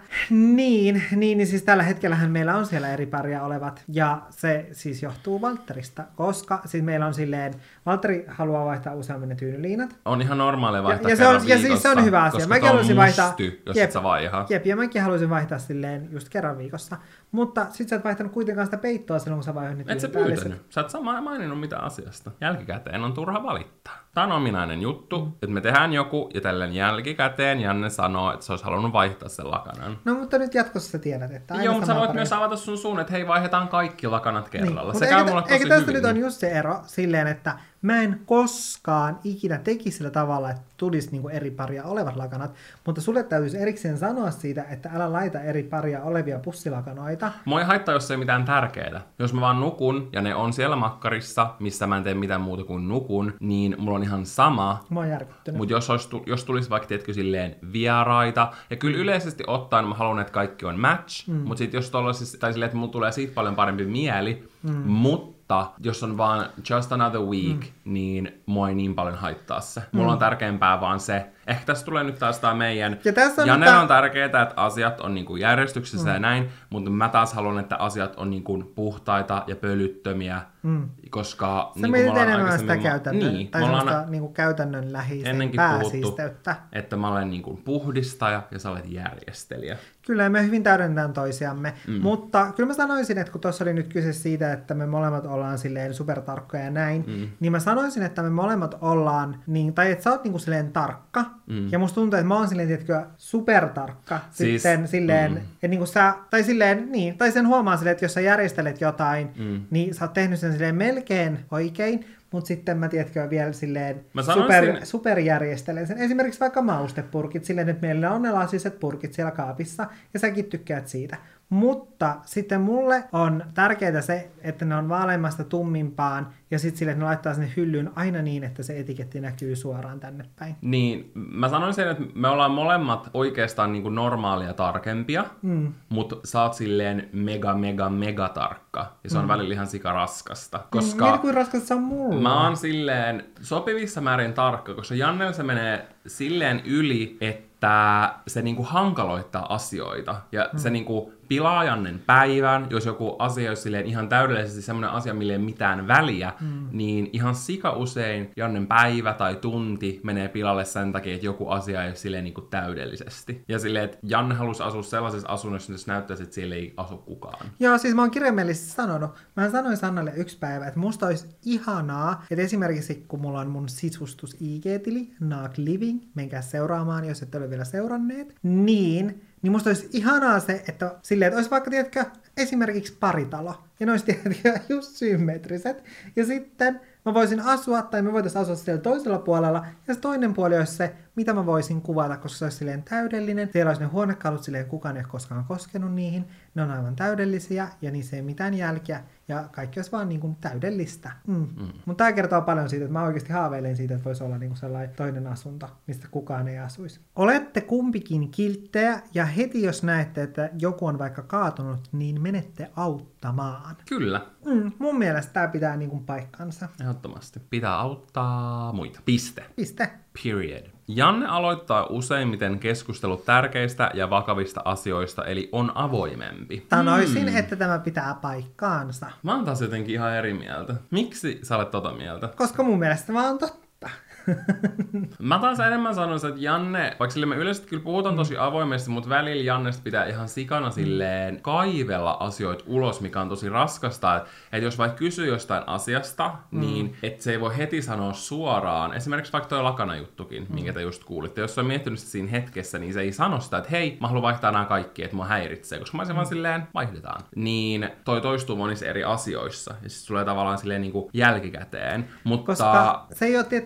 Niin siis tällä hetkellähän meillä on siellä eri paria olevat. Ja se siis johtuu Valtterista, koska siis meillä on silleen, Valtteri haluaa vaihtaa useammin ne tyynyliinat. On ihan normaalia vaihtaa ja kerran ja siis se on hyvä asia. Mäkin haluaisin vaihtaa, jos jep, et sä vaihaa. Jep, ja mäkin haluaisin vaihtaa silleen just kerran viikossa. Mutta sit sä et vaihtanut kuitenkaan sitä peittoa silloin, kun sä vaihoit et sä pyytänyt. Sä et maininnut mitään asiasta. Jälkikäteen on turha valittaa. Tää on ominainen juttu, että me tehdään joku ja tälleen jälkikäteen Janne sanoo, että se olisi halunnut vaihtaa sen lakanan. No mutta nyt jatkossa sä tiedät, että aina joo, mutta sä voit myös avata sun suun, että hei, vaihdetaan kaikki lakanat kerralla. Niin, se käy mulle tosi eikä tästä hyvin. nyt on just se ero silleen, että mä en koskaan ikinä tekisi sillä tavalla, että tulisi niinku eri paria olevat lakanat, mutta sulle täytyisi erikseen sanoa siitä, että älä laita eri paria olevia pussilakanoita. Mua ei haittaa, jos ei mitään tärkeää. Jos mä vaan nukun ja ne on siellä makkarissa, missä mä en tee mitään muuta kuin nukun, niin mulla on ihan sama. Mä oon järkyttynyt. Mutta jos tulisi vaikka tietkö silleen vieraita, ja kyllä yleisesti ottaen mä haluan, että kaikki on match, mutta sit jos tollasissa, tai silleen, että mulla tulee siitä paljon parempi mieli, mutta jos on vaan just another week, niin mua ei niin paljon haittaa se. Mulla on tärkeämpää vaan se. Ehkä tässä tulee nyt taas tää meidän... Janelle on tärkeää, että asiat on niinku järjestyksessä ja näin, mutta mä taas haluan, että asiat on niinku puhtaita ja pölyttömiä, koska... Sä mietit enemmän sitä käytännön, niin, tai semmoista niinku käytännönläheistä pääsiisteyttä. Että mä olen niinku puhdistaja ja sä olet järjestelijä. Kyllä, me hyvin täydennetään toisiamme, mutta kyllä mä sanoisin, että kun tuossa oli nyt kyse siitä, että me molemmat ollaan silleen supertarkkoja ja näin, niin mä sanoisin, että me molemmat ollaan, niin, tai että sä oot niinku silleen tarkka, ja musta tuntuu, että mä oon silleen, tietkö, supertarkka, siis, sitten silleen, että niinku sä, tai silleen, niin, tai sen huomaa silleen, että jos sä järjestelet jotain, niin sä oot tehnyt sen silleen melkein oikein, mutta sitten mä tiedätkö vielä silleen superjärjestelen sen. Esimerkiksi vaikka maustepurkit, silleen, että meillä on ne lasiset purkit siellä kaapissa, ja säkin tykkäät siitä. Mutta sitten mulle on tärkeää se, että ne on vaaleammasta tummimpaan, ja sitten silleen, että ne laittaa sinne hyllyyn aina niin, että se etiketti näkyy suoraan tänne päin. Niin, mä sanoisin, että me ollaan molemmat oikeastaan niinku normaalia tarkempia, mutta sä oot silleen mega tarkka, ja se on välillä ihan sikaraskasta. Koska Mieti, kuin raskasta se on mulla. mä oon silleen sopivissa määrin tarkka, koska Jannella se menee silleen yli, että se niinku hankaloittaa asioita, ja se niinku pilaa Jannen päivän, jos joku asia olisi silleen ihan täydellisesti semmoinen asia, millä ei ole mitään väliä, niin ihan sika usein Jannen päivä tai tunti menee pilalle sen takia, että joku asia ei ole silleen niin kuin täydellisesti. Ja silleen, että Janne halusi asua sellaisessa asunnossa, jos näyttäisi, että siellä ei asu kukaan. Joo, siis mä oon kirjaimellisesti sanonut. Mä sanoin Sannalle yksi päivä, että musta olisi ihanaa, että esimerkiksi kun mulla on mun sisustus IG-tili, Naak Living, menkää seuraamaan, jos ette ole vielä seuranneet, niin musta olisi ihanaa se, että silleen, että olisi vaikka, tiedätkö, esimerkiksi paritalo, ja ne olisi, tiedätkö, just symmetriset, ja sitten mä voisin asua, tai me voitaisiin asua siellä toisella puolella, ja se toinen puoli olisi se, mitä mä voisin kuvata, koska se olisi silleen täydellinen. Siellä olisi ne huonekalut silleen, kukaan ei ole koskaan koskenut niihin, ne on aivan täydellisiä, ja niissä ei mitään jälkiä, ja kaikki olisi vaan niin kuin täydellistä. Mutta tämä kertoo paljon siitä, että mä oikeasti haaveilen siitä, että voisi olla niin kuin sellainen toinen asunto, mistä kukaan ei asuisi. Olette kumpikin kilttejä, ja heti jos näette, että joku on vaikka kaatunut, niin menette auttamaan. Kyllä. Mun mielestä tämä pitää niin kuin paikkansa. Ehdottomasti. Pitää auttaa muita. Piste. Period. Janne aloittaa useimmiten keskustelut tärkeistä ja vakavista asioista, eli on avoimempi. Sanoisin, että tämä pitää paikkaansa. Mä oon taas jotenkin ihan eri mieltä. Miksi sä olet tota mieltä? Koska mun mielestä vaan on totta. Mä taas enemmän sanoisin, että Janne, vaikka sille me yleisesti kyllä puhutaan tosi avoimesti, mutta välillä Jannesta pitää ihan sikana silleen kaivella asioita ulos, mikä on tosi raskasta. Että jos vaikka kysyy jostain asiasta, niin et se ei voi heti sanoa suoraan. Esimerkiksi vaikka toi lakanajuttukin, minkä te just kuulitte. Jos se on miettinyt sitä siinä hetkessä, niin se ei sano sitä, että hei, mä haluan vaihtaa nämä kaikki, että mua häiritsee. Koska mä olisin vaan silleen, vaihdetaan. Niin toi toistuu monissa eri asioissa. Ja siis tulee tavallaan silleen niin kuin jälkikäteen. Mutta koska se ei ole tietenkin niin sellainen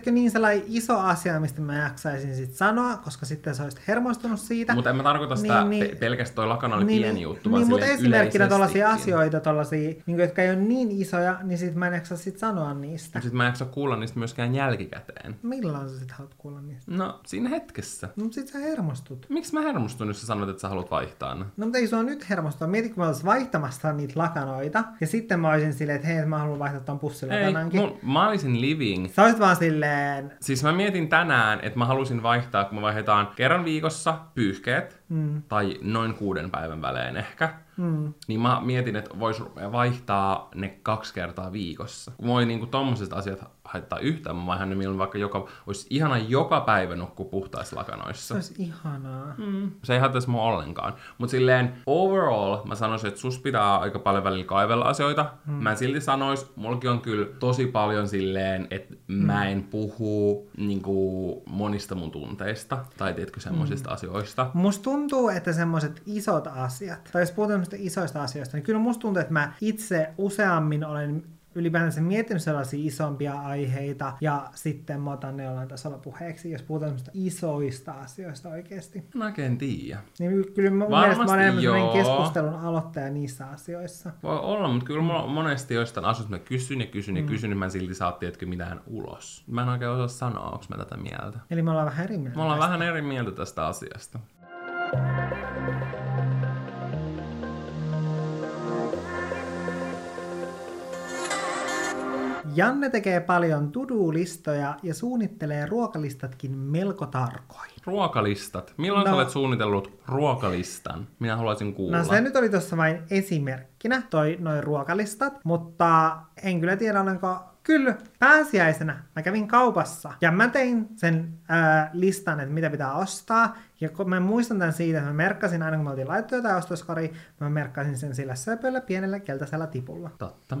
sellainen iso asia, mistä mä jaksaisin sit sanoa, koska sitten sä olisit hermostunut siitä. Mutta en mä tarkoita sitä pelkästään toi lakana oli pieni juttu, vaan mutta esimerkkinä tollaisia yleisestikin. asioita, tollaisia, niin jotka ei ole niin isoja, niin sit mä en jaksa sit sanoa niistä. Sitten mä en jaksa kuulla niistä myöskään jälkikäteen. Milloin sä sit haluat kuulla niistä? No, siinä hetkessä. No sit sä hermostut. Miksi mä hermostun, jos sä sanot, että sä haluat vaihtaa ne? No mutta ei sua nyt hermostua. Mieti, kun mä olisin vaihtamassa niitä lakanoita, ja sitten mä olisin silleen, että hei, mä haluan vaihtaa ton pussilakanankin. Mä olisin living. Sä olisit vaan silleen... Siis mä mietin tänään, että mä halusin vaihtaa, kun me vaihdetaan kerran viikossa pyyhkeet, tai noin 6 päivän välein ehkä, niin mä mietin, että vois vaihtaa ne 2 kertaa viikossa. Kun voi niinku tommoset asiat haittaa yhtään, mä vaihan ne milloin vaikka olisi ihana joka päivä nukkua puhtaissa lakanoissa. Se olisi ihanaa. Se ei haittaisi mua ollenkaan. Mut silleen overall mä sanoisin, että sus pitää aika paljon välillä kaivella asioita. Mä silti sanois, mullakin on kyllä tosi paljon silleen, että mä en puhu niinku monista mun tunteista, tai tiedätkö semmosista asioista. Musta tuntuu, että semmoiset isot asiat, tai jos puhutaan semmoista isoista asioista, niin kyllä musta tuntuu, että mä itse useammin olen ylipäänsä miettinyt sellaisia isompia aiheita, ja sitten mä otan ne jollain tasolla puheeksi, jos puhutaan semmoista isoista asioista oikeasti. Mä oikein tiedä. Niin kyllä mun mielestä mä olen enemmän keskustelun aloittaja niissä asioissa. Voi olla, mutta kyllä mulla monesti joistain asioista mä kysyn, niin mä en silti saa tiedätkö mitään ulos. Mä en oikein osaa sanoa, onko mä tätä mieltä. Eli me ollaan vähän eri mieltä. Me ollaan vähän eri mieltä tästä asiasta. Janne tekee paljon to-do-listoja ja suunnittelee ruokalistatkin melko tarkoin. Ruokalistat. Milloin sä olet suunnitellut ruokalistan? Minä haluaisin kuulla. No se nyt oli tuossa vain esimerkkinä, noin ruokalistat, mutta en kyllä tiedä olenko... Kyllä, pääsiäisenä mä kävin kaupassa ja mä tein sen listan, että mitä pitää ostaa. Ja kun mä muistan tämän siitä, että mä merkkasin aina kun me oltiin laitettu jotain ostoskoriin, mä merkkasin sen sillä söpöllä pienellä keltaisella tipulla. Totta.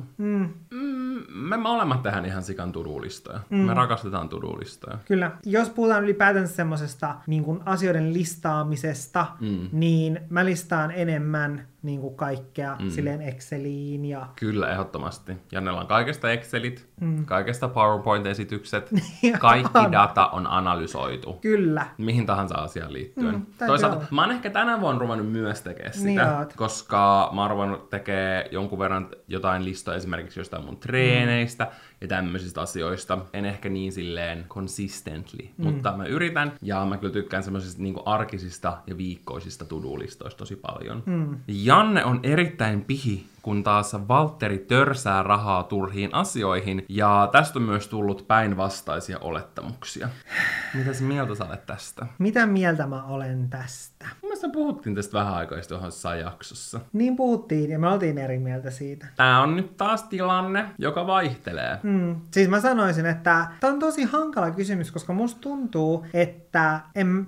Me molemmat tehdään ihan sikan to-do-listoja. Me rakastetaan to-do-listoja. Kyllä. Jos puhutaan ylipäätänsä semmosesta niin kuin asioiden listaamisesta, niin mä listaan enemmän niin kuin kaikkea silleen Exceliin ja... Kyllä, ehdottomasti. Jannella on kaikesta Excelit, kaikesta PowerPoint-esitykset, kaikki data on analysoitu. Kyllä. Mihin tahansa asiaan liittyen. Toisaalta mä oon ehkä tänä vuonna ruvennut myös tekemään sitä, koska mä oon ruvennut tekemään jonkun verran jotain listoja esimerkiksi jostain mun treeneistä ja tämmöisistä asioista. En ehkä niin silleen consistently, mutta mä yritän ja mä kyllä tykkään semmoisista niinku arkisista ja viikkoisista to-do-listoista tosi paljon. Janne on erittäin pihi, kun taas Valtteri törsää rahaa turhiin asioihin, ja tästä on myös tullut päinvastaisia olettamuksia. Mitäs mieltä sä olet tästä? Mitä mieltä mä olen tästä? Mielestäni puhuttiin tästä vähän aikaa sitten jossain jaksossa. Niin puhuttiin, ja me oltiin eri mieltä siitä. Tää on nyt taas tilanne, joka vaihtelee. Siis mä sanoisin, että tää on tosi hankala kysymys, koska musta tuntuu, että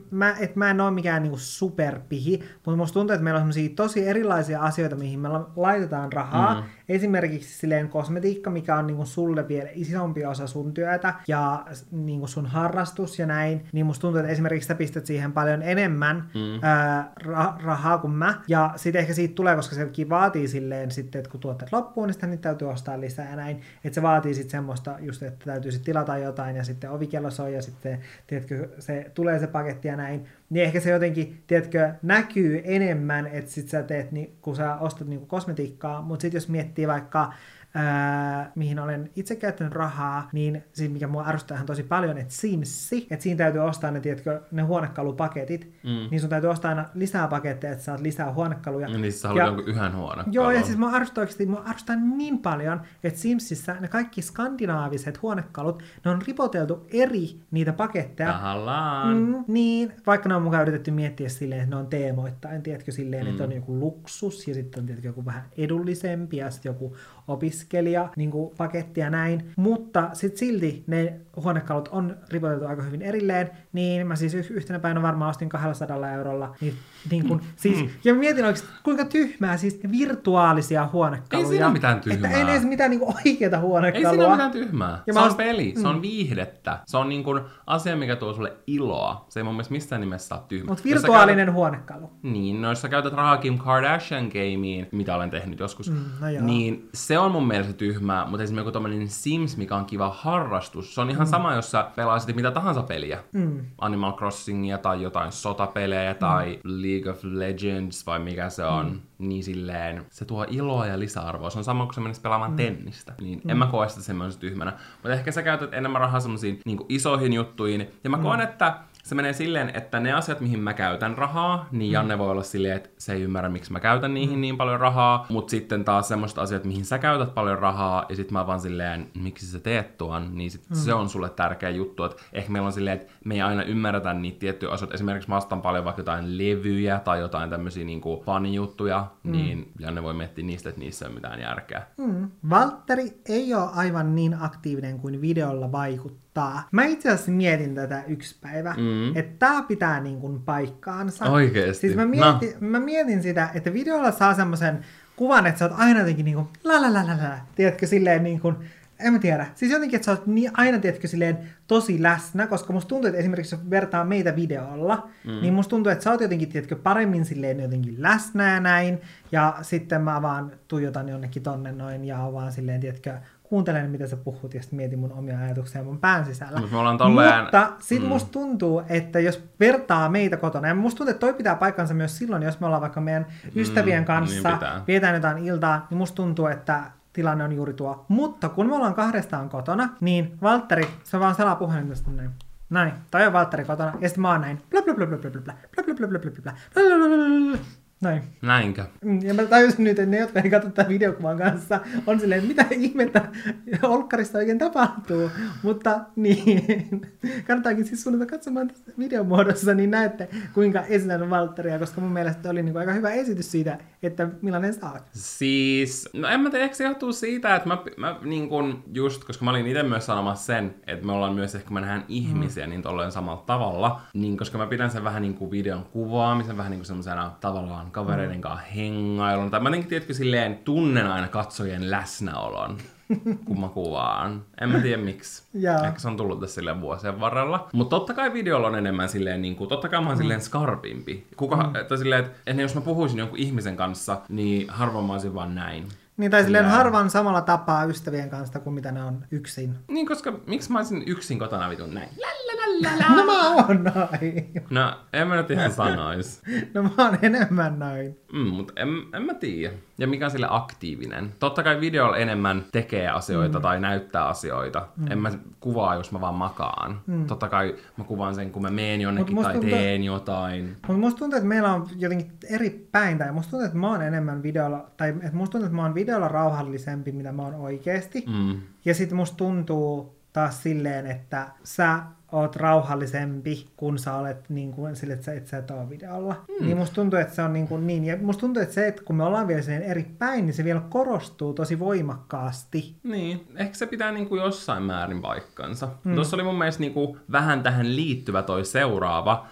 mä en ole mikään niinku superpihi, mutta musta tuntuu, että meillä on semmosia tosi erilaisia asioita, mihin me laitetaan rahaa. Esimerkiksi silleen kosmetiikka, mikä on niinku sulle vielä isompi osa sun työtä ja niinku sun harrastus ja näin, niin musta tuntuu, että esimerkiksi sä pistät siihen paljon enemmän rahaa kuin mä. Ja sitten ehkä siitä tulee, koska sekin vaatii silleen sitten, että kun tuotteet loppuun, niin sitä niitä täytyy ostaa lisää ja näin. Että se vaatii sitten semmoista just, että täytyy sitten tilata jotain ja sitten ovikello soi ja sitten, tiedätkö, se tulee se paketti ja näin. Niin ehkä se jotenkin, tiedätkö, näkyy enemmän, että sit sä teet, kun sä ostat niinku kosmetiikkaa, mutta sitten jos miettii vaikka mihin olen itse käyttänyt rahaa, niin siis mikä mua arvostaa ihan tosi paljon, että Simsi, että siinä täytyy ostaa ne, tiedätkö, ne huonekalupaketit, niin sun täytyy ostaa aina lisää paketteja, että saat lisää huonekaluja. Niin sä haluat jonkun yhden huonekalun. Joo, ja siis mua arvostaa niin paljon, että Simsissä ne kaikki skandinaaviset huonekalut, ne on ripoteltu eri niitä paketteja. Tahallaan. Niin, vaikka ne on mukaan yritetty miettiä silleen, että ne on teemoittain, tiedätkö, silleen, että on joku luksus, ja sitten on tiedätkö, joku vähän edullisempi, ja sitten joku opiskelija, niin kuin paketti ja näin, mutta sitten silti ne huonekalut on aika hyvin erilleen, niin mä siis yhtenä päivänä varmaan ostin 200 eurolla, niin kuin, siis, ja mä mietin oikeasti, kuinka tyhmää, siis virtuaalisia huonekaluja. Ei siinä mitään tyhmää. Että ei edes mitään niin kuin oikeata huonekalua. Ei siinä mitään tyhmää. Ja se on peli, se on viihdettä, se on niin kuin asia, mikä tuo sulle iloa. Se ei mun mielestä missään nimessä sä oot tyhmä. Mutta virtuaalinen huonekalu. Niin, no jos sä käytät rahaa Kim Kardashian gameen, mitä olen tehnyt joskus, niin se on mun mielestä tyhmää, mutta esimerkiksi joku tommonen Sims, mikä on kiva harrastus, se on ihan sama, jos sä pelaisit mitä tahansa peliä. Animal Crossingia tai jotain sotapelejä tai League of Legends vai mikä se on. Niin silleen, se tuo iloa ja lisäarvoa. Se on sama kuin sä menisit pelaamaan tennistä. Niin en mä koe sitä semmoisen tyhmänä. Mutta ehkä sä käytät enemmän rahaa semmoisiin niin isoihin juttuihin. Ja mä koen, että se menee silleen, että ne asiat, mihin mä käytän rahaa, niin Janne voi olla silleen, että se ei ymmärrä, miksi mä käytän niihin niin paljon rahaa. Mutta sitten taas semmoiset asiat, mihin sä käytät paljon rahaa, ja sit mä vaan silleen, miksi sä teet tuon, niin sit se on sulle tärkeä juttu. Et ehkä meillä on silleen, että me ei aina ymmärretä niitä tiettyjä asioita. Esimerkiksi mä ostan paljon vaikka jotain levyjä tai jotain tämmöisiä niinku fanijuttuja, niin Janne voi miettiä niistä, että niissä ei ole mitään järkeä. Valtteri ei ole aivan niin aktiivinen kuin videolla vaikuttaa. Mä itse asiassa mietin tätä yksi päivä, että tää pitää niin kuin paikkaansa. Oikeesti? Siis mä mietin sitä, että videolla saa semmoisen kuvan, että sä oot aina jotenkin niinku tiedätkö silleen niin kuin, en mä tiedä. Siis jotenkin, että sä oot aina, tiedätkö, silleen tosi läsnä, koska musta tuntuu, että esimerkiksi jos vertaa meitä videolla, niin musta tuntuu, että sä oot jotenkin, tiedätkö, paremmin silleen jotenkin läsnä ja näin, ja sitten mä vaan tuijotan jonnekin tonne noin, ja vaan silleen, tiedätkö, kuuntelen, mitä sä puhut, ja sitten mietin mun omia ajatuksia mun pään sisällä. Mutta sit musta tuntuu, että jos vertaa meitä kotona, ja musta tuntuu, että toi pitää paikkansa myös silloin, jos me ollaan vaikka meidän ystävien kanssa, vietään jotain iltaa, niin musta tuntuu, että tilanne on juuri tuo. Mutta kun me ollaan kahdestaan kotona, niin Valtteri, se vaan selaa puhelimesta näin. Näin, toi on Valtteri kotona, ja sitten mä oon näin. Näin. Näinkö? Ja mä tajusin nyt, että ne, jotka ei katso tämän videokuvan kanssa, on silleen, mitä ihmettä olkkarista oikein tapahtuu. Mutta niin, kannattaakin siis suunnata katsomaan tässä videomuodossa, niin näette, kuinka esitän Valtteria, koska mun mielestä oli niinku aika hyvä esitys siitä, että millainen sä oot. Siis, no en mä tiedä, eikö se johtuu siitä, että mä niin kun just, koska mä olin itse myös sanomassa sen, että me ollaan myös ehkä, mä nähdään ihmisiä niin tolleen samalla tavalla, niin koska mä pidän sen vähän niin kuin videon kuvaamisen, vähän niin kuin semmosena tavallaan kavereiden kanssa hengailun. Tai mä jotenkin, tiedätkö, silleen tunnen aina katsojien läsnäolon, kun mä kuvaan. En mä tiedä miksi. Ehkä se on tullut tässä silleen vuosien varrella. Mutta totta kai videolla on enemmän silleen, niin kuin, totta kai mä oon silleen skarpimpi. Että silleen, että jos mä puhuisin jonkun ihmisen kanssa, niin harvoin mä olisin vaan näin. Niin, tai silleen harvan samalla tapaa ystävien kanssa kuin mitä ne on yksin. Niin, koska miksi mä olisin yksin kotona vitun näin? No mä oon noin. No, en mä nyt ihan sanois. No mä oon enemmän noin. Mutta en mä tiedä. Ja mikä on sille aktiivinen. Totta kai videolla enemmän tekee asioita tai näyttää asioita. En mä kuvaa, jos mä vaan makaan. Totta kai mä kuvaan sen, kun mä meen jonnekin tai teen jotain. Mutta musta tuntuu, että meillä on jotenkin eri päin. Tai musta tuntuu, että mä oon enemmän videolla, tai että musta tuntuu, että mä oon videolla rauhallisempi, mitä mä oon oikeesti. Ja sit musta tuntuu taas silleen, että sä oot rauhallisempi, kun sä olet niin kuin sille, että sä et sä ole videolla. Niin musta tuntuu, että se on niin kuin niin. Ja musta tuntuu, että se, että kun me ollaan vielä sen eri päin, niin se vielä korostuu tosi voimakkaasti. Niin, ehkä se pitää niin kuin jossain määrin paikkansa. Tuossa oli mun mielestä niin kuin vähän tähän liittyvä toi seuraava.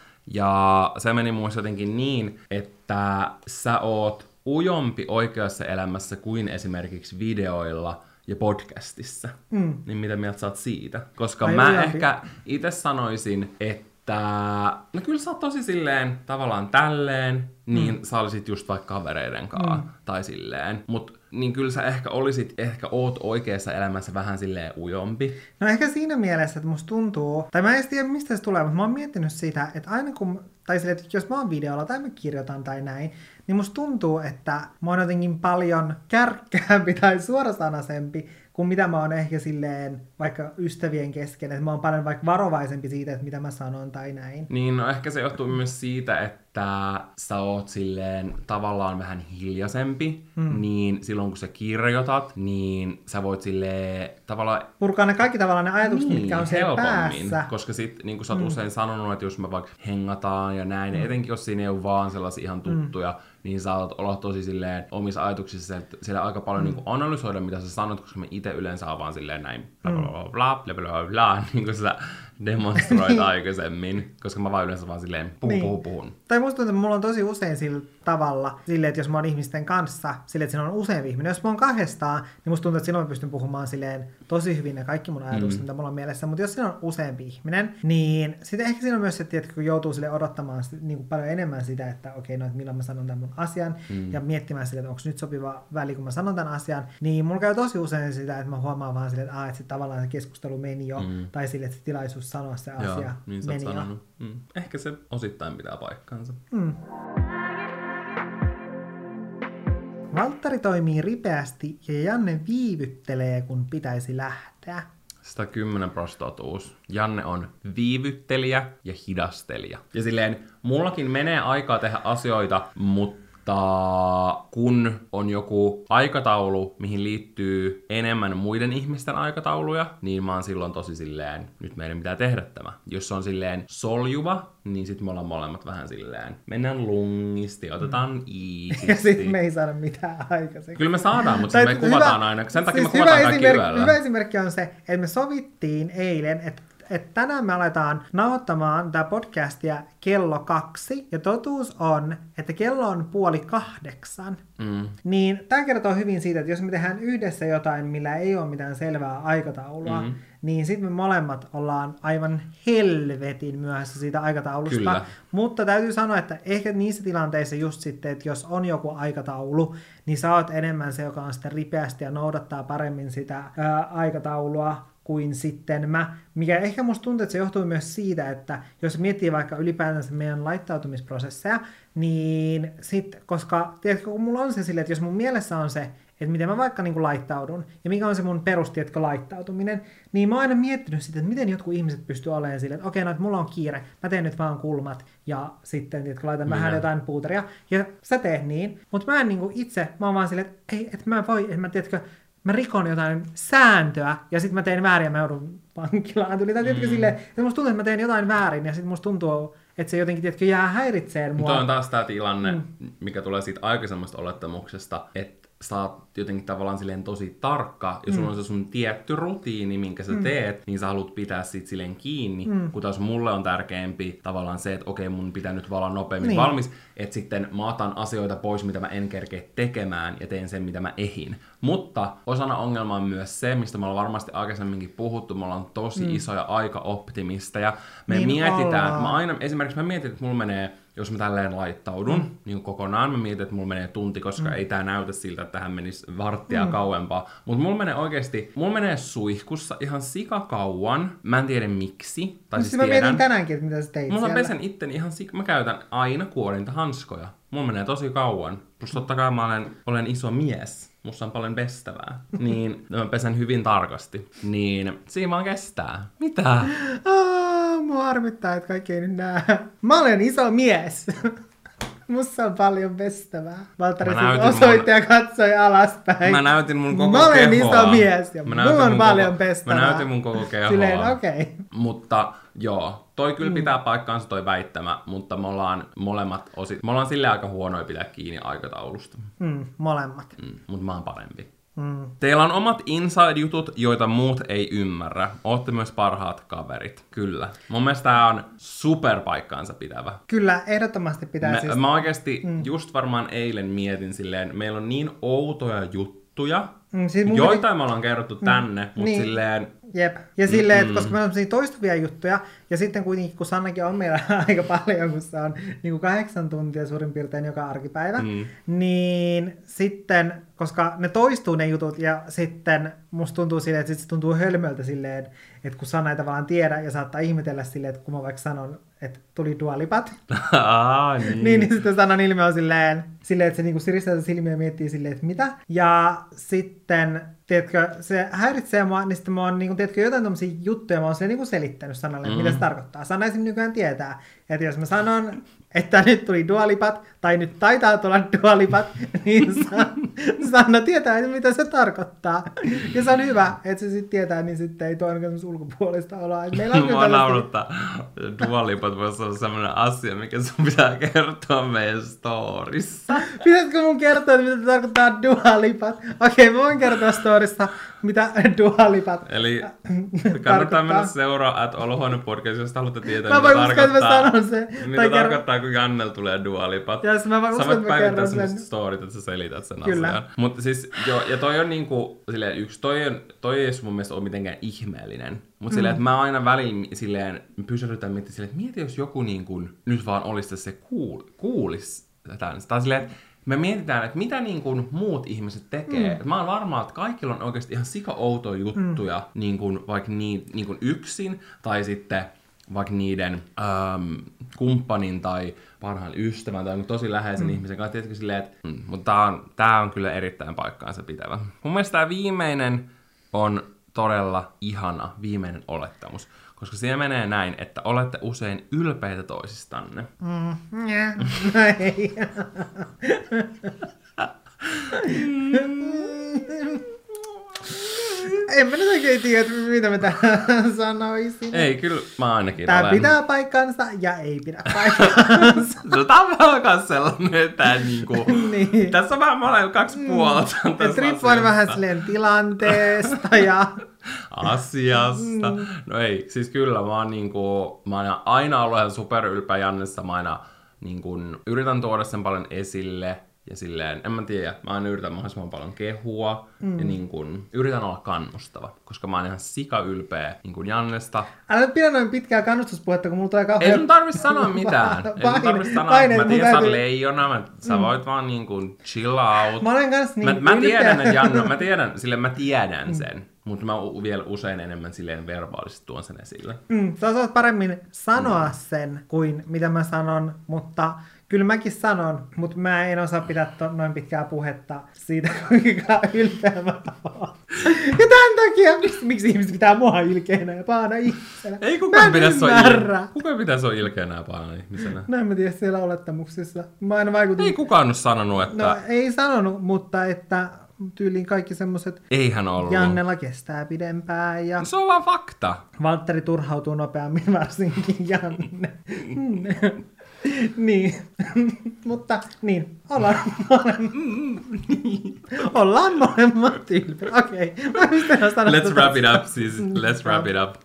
Ja se meni mun jotenkin niin, että sä oot ujompi oikeassa elämässä kuin esimerkiksi videoilla ja podcastissa. Niin mitä mieltä sä oot siitä? Koska mä ehkä itse sanoisin, että no kyllä sä oot tosi silleen tavallaan tälleen, niin sä olisit just vaikka kavereiden kanssa tai silleen. Mut niin kyllä sä ehkä oot oikeassa elämässä vähän silleen ujompi. No ehkä siinä mielessä, että musta tuntuu, tai mä en tiedä mistä se tulee, mutta mä oon miettinyt sitä, että aina kun, tai silleen, että jos mä oon videolla tai mä kirjoitan tai näin, niin musta tuntuu, että mä oon jotenkin paljon kärkkäämpi tai suorasanaisempi kuin mitä mä oon ehkä silleen vaikka ystävien kesken, että mä oon paljon vaikka varovaisempi siitä, että mitä mä sanon tai näin. Niin, no ehkä se johtuu myös siitä, että sä oot silleen tavallaan vähän hiljaisempi, niin silloin kun sä kirjoitat, niin sä voit silleen tavallaan purkaa ne kaikki tavallaan ne ajatukset, niin, mitkä on siellä päässä. Koska sit, niin kuin sä oot usein sanonut, että jos me vaikka hengataan ja näin, etenkin jos siinä ei ole vaan sellaisia ihan tuttuja, niin sä oot olla tosi silleen omissa ajatuksissa, että siellä aika paljon niin kuin analysoida, mitä sä sanot, koska me itse yleensä on vaan silleen näin bla bla bla bla bla bla bla, niin kuin sä demonstroit aikaisemmin, koska mä vaan yleensä vaan silleen puhun. Tai musta tuntuu, että mulla on tosi usein sillä tavalla, silleen, että jos mä oon ihmisten kanssa, silleen, että siinä on useampi ihminen. Jos mä oon kahdestaan, niin musta tuntuu, että silloin mä pystyn puhumaan silleen tosi hyvin ne kaikki mun ajatukset, mitä mulla on mielessä. Mutta jos siinä on useampi ihminen, niin sitten ehkä siinä on myös se, että kun joutuu sille odottamaan niin kuin paljon enemmän sitä, että okei, no, että milloin mä sanon tämän mun asian, ja miettimään sille, että onko nyt sopiva väli, kun mä sanon tämän asian, niin mulla käy tosi usein sitä, että mä huomaan vaan silleen, että se tavallaan se keskustelu meni jo, tai sille, että se tilaisuus sanoa se asia niin meni jo. Ehkä se osittain pitää paikkaansa. Valtteri toimii ripeästi ja Janne viivyttelee, kun pitäisi lähteä. 110% totuus. Janne on viivyttelijä ja hidastelija. Ja silleen, mullakin menee aikaa tehdä asioita, mutta kun on joku aikataulu, mihin liittyy enemmän muiden ihmisten aikatauluja, niin mä oon silloin tosi silleen, nyt meidän pitää tehdä tämä. Jos se on silleen soljuva, niin sit me ollaan molemmat vähän silleen, mennään lungisti, otetaan easysti. Ja sit me ei saada mitään aikaiseksi. Kyllä me saadaan, mutta me kuvataan aina. Sen takia me kuvataan kaikki yöllä. Hyvä esimerkki on se, että me sovittiin eilen, että tänään me aletaan nauhoittamaan tätä podcastia kello 2, ja totuus on, että kello on 7:30. Niin tämä kertoo hyvin siitä, että jos me tehdään yhdessä jotain, millä ei ole mitään selvää aikataulua, niin sitten me molemmat ollaan aivan helvetin myöhässä siitä aikataulusta. Kyllä. Mutta täytyy sanoa, että ehkä niissä tilanteissa just sitten, että jos on joku aikataulu, niin sä oot enemmän se, joka on sitten ripeästi ja noudattaa paremmin sitä aikataulua kuin sitten mä, mikä ehkä musta tuntuu, että se johtuu myös siitä, että jos miettii vaikka ylipäätänsä meidän laittautumisprosesseja, niin sit, koska tiedätkö, kun mulla on se silleen, että jos mun mielessä on se, että miten mä vaikka niin kuin laittaudun, ja mikä on se mun perustiedätkö laittautuminen, niin mä oon aina miettinyt sitä, että miten jotkut ihmiset pystyy olemaan silleen, että okei, no, että mulla on kiire, mä teen nyt vaan kulmat, ja sitten tiedätkö, laitan vähän jotain puuteria, ja sä teet niin, mutta mä en niin kuin itse, mä oon vaan silleen, että ei, että mä voi, että mä tiedätkö, mä rikon jotain sääntöä, ja sitten mä teen väärin, ja mä joudun vankilaan. Tuli silleen, että musta tuntuu, että mä teen jotain väärin, ja sitten musta tuntuu, että se jotenkin tiedätkö, jää häiritseen mua. Tuo on taas tää tilanne, mikä tulee siitä aikaisemmasta olettamuksesta, että sä oot jotenkin tavallaan silleen tosi tarkka, ja sulla on se sun tietty rutiini, minkä sä teet, niin sä haluat pitää siitä silleen kiinni, kun taas mulle on tärkeämpi tavallaan se, että okei, mun pitää nyt olla nopeammin valmis, että sitten mä otan asioita pois, mitä mä en kerkeä tekemään, ja teen sen, mitä mä ehin. Mutta osana ongelmaa on myös se, mistä me ollaan varmasti aikaisemminkin puhuttu, me ollaan tosi isoja aika-optimisteja. Me niin mietitään, esimerkiksi mä mietin, että mulla menee, jos mä tälleen laittaudun niin kokonaan, mä mietin, että mulla menee tunti, koska ei tää näytä siltä, että tähän menisi varttia kauempaa. Mutta mulla menee suihkussa ihan sikakauan. Mä en tiedä miksi. Tai siis mä mietin tänäänkin, että mitä sä teit siellä. Mä pesen itteni ihan mä käytän aina kuorintahanskoja. Mulla menee tosi kauan. Plus totta kai mä olen iso mies. Musta on paljon pestävää. Niin mä pesen hyvin tarkasti. Niin siinä vaan kestää. Mitä? Mua harmittaa, että kaikki ei nyt näe. Mä olen iso mies. Musta on paljon pestävää. Valtteri osoitti ja katsoi alaspäin. Mä näytin mun koko kehoa. Mä olen iso mies ja mulla on paljon pestävää. Mä näytin mun koko kehoa. Silleen, okei. Mutta joo, toi kyllä pitää paikkaansa toi väittämä, mutta me ollaan molemmat me ollaan silleen aika huonoja pitää kiinni aikataulusta. Molemmat. Mutta mä oon parempi. Teillä on omat inside-jutut, joita muut ei ymmärrä. Ootte myös parhaat kaverit. Kyllä. Mun mielestä tää on super paikkaansa pitävä. Kyllä, ehdottomasti pitää siis. Mä oikeesti just varmaan eilen mietin silleen, meillä on niin outoja juttuja, joitain me ollaan kerrottu tänne, mutta silleen. Jep. Ja silleen, että koska meillä on toistuvia juttuja, ja sitten kuitenkin, kun Sannakin on meillä aika paljon, kun se on niin kuin 8 tuntia suurin piirtein joka arkipäivä, niin sitten, koska ne toistuu ne jutut, ja sitten musta tuntuu silleen, että se tuntuu hölmöltä silleen, että kun Sanna ei tavallaan tiedä, ja saattaa ihmetellä silleen, että kun mä vaikka sanon, että tuli Dua Lipat, niin sitten Sannan ilme on silleen, että se niinku siristää silmiä ja miettii silleen, että mitä, ja sitten tiedätkö, se häiritsee mua, niin sitten mä oon niinku, tiedätkö, jotain tommosia juttuja, mä oon silleen niinku selittänyt Sannalle, mitä se tarkoittaa. Sanna esimerkiksi nykyään tietää, että jos mä sanon, että nyt tuli Dua Lipat, tai nyt taitaa tulla Dua Lipat, niin Sanna tietää, mitä se tarkoittaa. Ja se on hyvä, että se sitten tietää, niin sitten ei tuo ainakaan ulkopuolista oloa. Mua nauruttaa. Dua Lipat voisi olla sellainen asia, mikä sun pitää kertoa meidän storissa. Pitäisikö mun kertoa, että mitä tarkoittaa Dua Lipat? Okei, mä voin kertoa storissa, mitä Dua Lipat eli kannattaa mennä seuraa @olohuone-podcast, jos haluatte tietää, mä mitä tarkoittaa, kun Jannel tulee Dua Lipat. Yes, sä voit päivittää semmoset storit, että sä selität sen asian. Mutta siis, joo, ja toi on niinku, silleen, toi ei mun mielestä ole mitenkään ihmeellinen. Mutta silleen, että mä aina väliin silleen pysähdytän miettimään silleen, että mieti, jos joku niinku nyt vaan olisi se kuulisi tämän. Tai silleen, että me mietitään, että mitä niin kuin muut ihmiset tekee. Mä oon varma, että kaikilla on oikeasti ihan sika-outoja juttuja, niin kuin, vaikka niin kuin yksin, tai sitten vaikka niiden kumppanin tai parhaan ystävän tai tosi läheisen ihmisen kanssa. Tietysti silleen, että mutta tää on kyllä erittäin paikkaansa pitävä. Mun mielestä tää viimeinen on todella ihana, viimeinen olettamus. Koska siellä menee näin, että olette usein ylpeitä toisistanne. Ei. En mä nyt oikein tiedä, mitä mä tähän sanoisin. Ei, kyllä mä ainakin tää olen. Pitää paikkansa ja ei pidä paikkansa. No tää on vähän myös sellainen, että niinku... niin. Tässä on vähän molemmat kaksi puolta. Riippuen vähän silleen tilanteesta ja... asiasta. No ei, siis kyllä mä oon aina ollut ihan superylpeä Jannessa. Mä aina niinku yritän tuoda sen paljon esille. Ja silleen, en mä tiedä, mä aina yritän mahdollisimman paljon kehua ja niin kun, yritän olla kannustava, koska mä oon ihan sika ylpeä niin kun Jannesta. Älä nyt pidä noin pitkää kannustuspuhetta, kun mulla tulee kauhean... Ei sun tarvitse sanoa mitään. Ei sun tarvitse sanoa, mä tiedän, sä oot leijona, sä voit vaan niin kun chill out. Mä olen kans niin mä tiedän, että Janno, mä tiedän sen. Mutta mä vielä usein enemmän silleen verbaalisesti tuon sen esille. Sä osaat paremmin sanoa sen kuin mitä mä sanon, mutta kyllä mäkin sanon, mutta mä en osaa pitää noin pitkää puhetta siitä, kuinka ylpeä mä oon. Ja tämän takia, miksi ihmiset pitää mua ilkeänä ja pahana ihmisenä? Ei kukaan pitäisi olla ilkeänä ja pahana ihmisenä. No en mä tiedä siellä olettamuksissa. Mä aina vaikutin... Ei kukaan ole sanonut, että... No ei sanonut, mutta että... Tyyliin kaikki semmoset Eihän ollut. Jannella kestää pidempään ja... Se on vaan fakta. Valtteri turhautuu nopeammin, varsinkin Janne. Niin. Mutta niin, ollaan molemmat ylpeä. Okei. Let's wrap it up, sis. Let's wrap it up.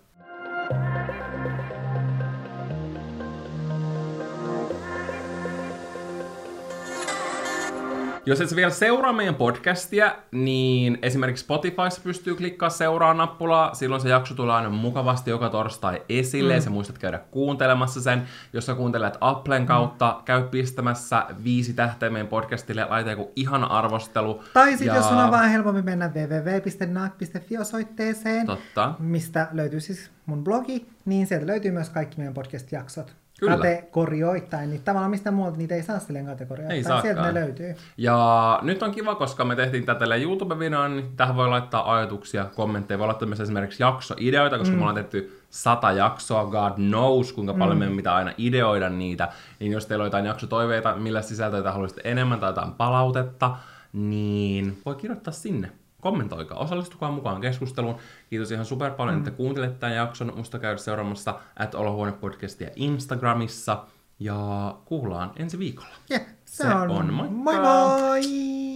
Jos et sä vielä seuraa meidän podcastia, niin esimerkiksi Spotifyssa pystyy klikkaa seuraa nappulaa. Silloin se jakso tulee aina mukavasti joka torstai esille ja sä muistat käydä kuuntelemassa sen. Jos sä kuuntelet Applen kautta, käy pistämässä 5 tähteä meidän podcastille, laita joku ihana arvostelu. Tai sitten jos sun on vaan helpompi mennä www.naak.fi-osoitteeseen, mistä löytyy siis mun blogi, niin sieltä löytyy myös kaikki meidän podcast-jaksot. Kyllä. Kategorioittain, niin tavallaan mistä muualta niitä ei saa silleen kategorioittain, sieltä ne löytyy. Ja nyt on kiva, koska me tehtiin tätä YouTube-videon, niin tähän voi laittaa ajatuksia, kommentteja, voi laittaa myös esimerkiksi jaksoideoita, koska me ollaan tehty 100 jaksoa, God knows, kuinka paljon meidän pitää aina ideoida niitä, niin jos teillä on jotain jaksotoiveita, millä sisältöitä haluaisitte enemmän tai jotain palautetta, niin voi kirjoittaa sinne. Kommentoikaa, osallistukaa mukaan keskusteluun. Kiitos ihan super paljon, että kuuntelet tämän jakson. Musta käydä seuraamassa @olohuone-podcastia Instagramissa. Ja kuullaan ensi viikolla. Se on. Moikka! Moi moi!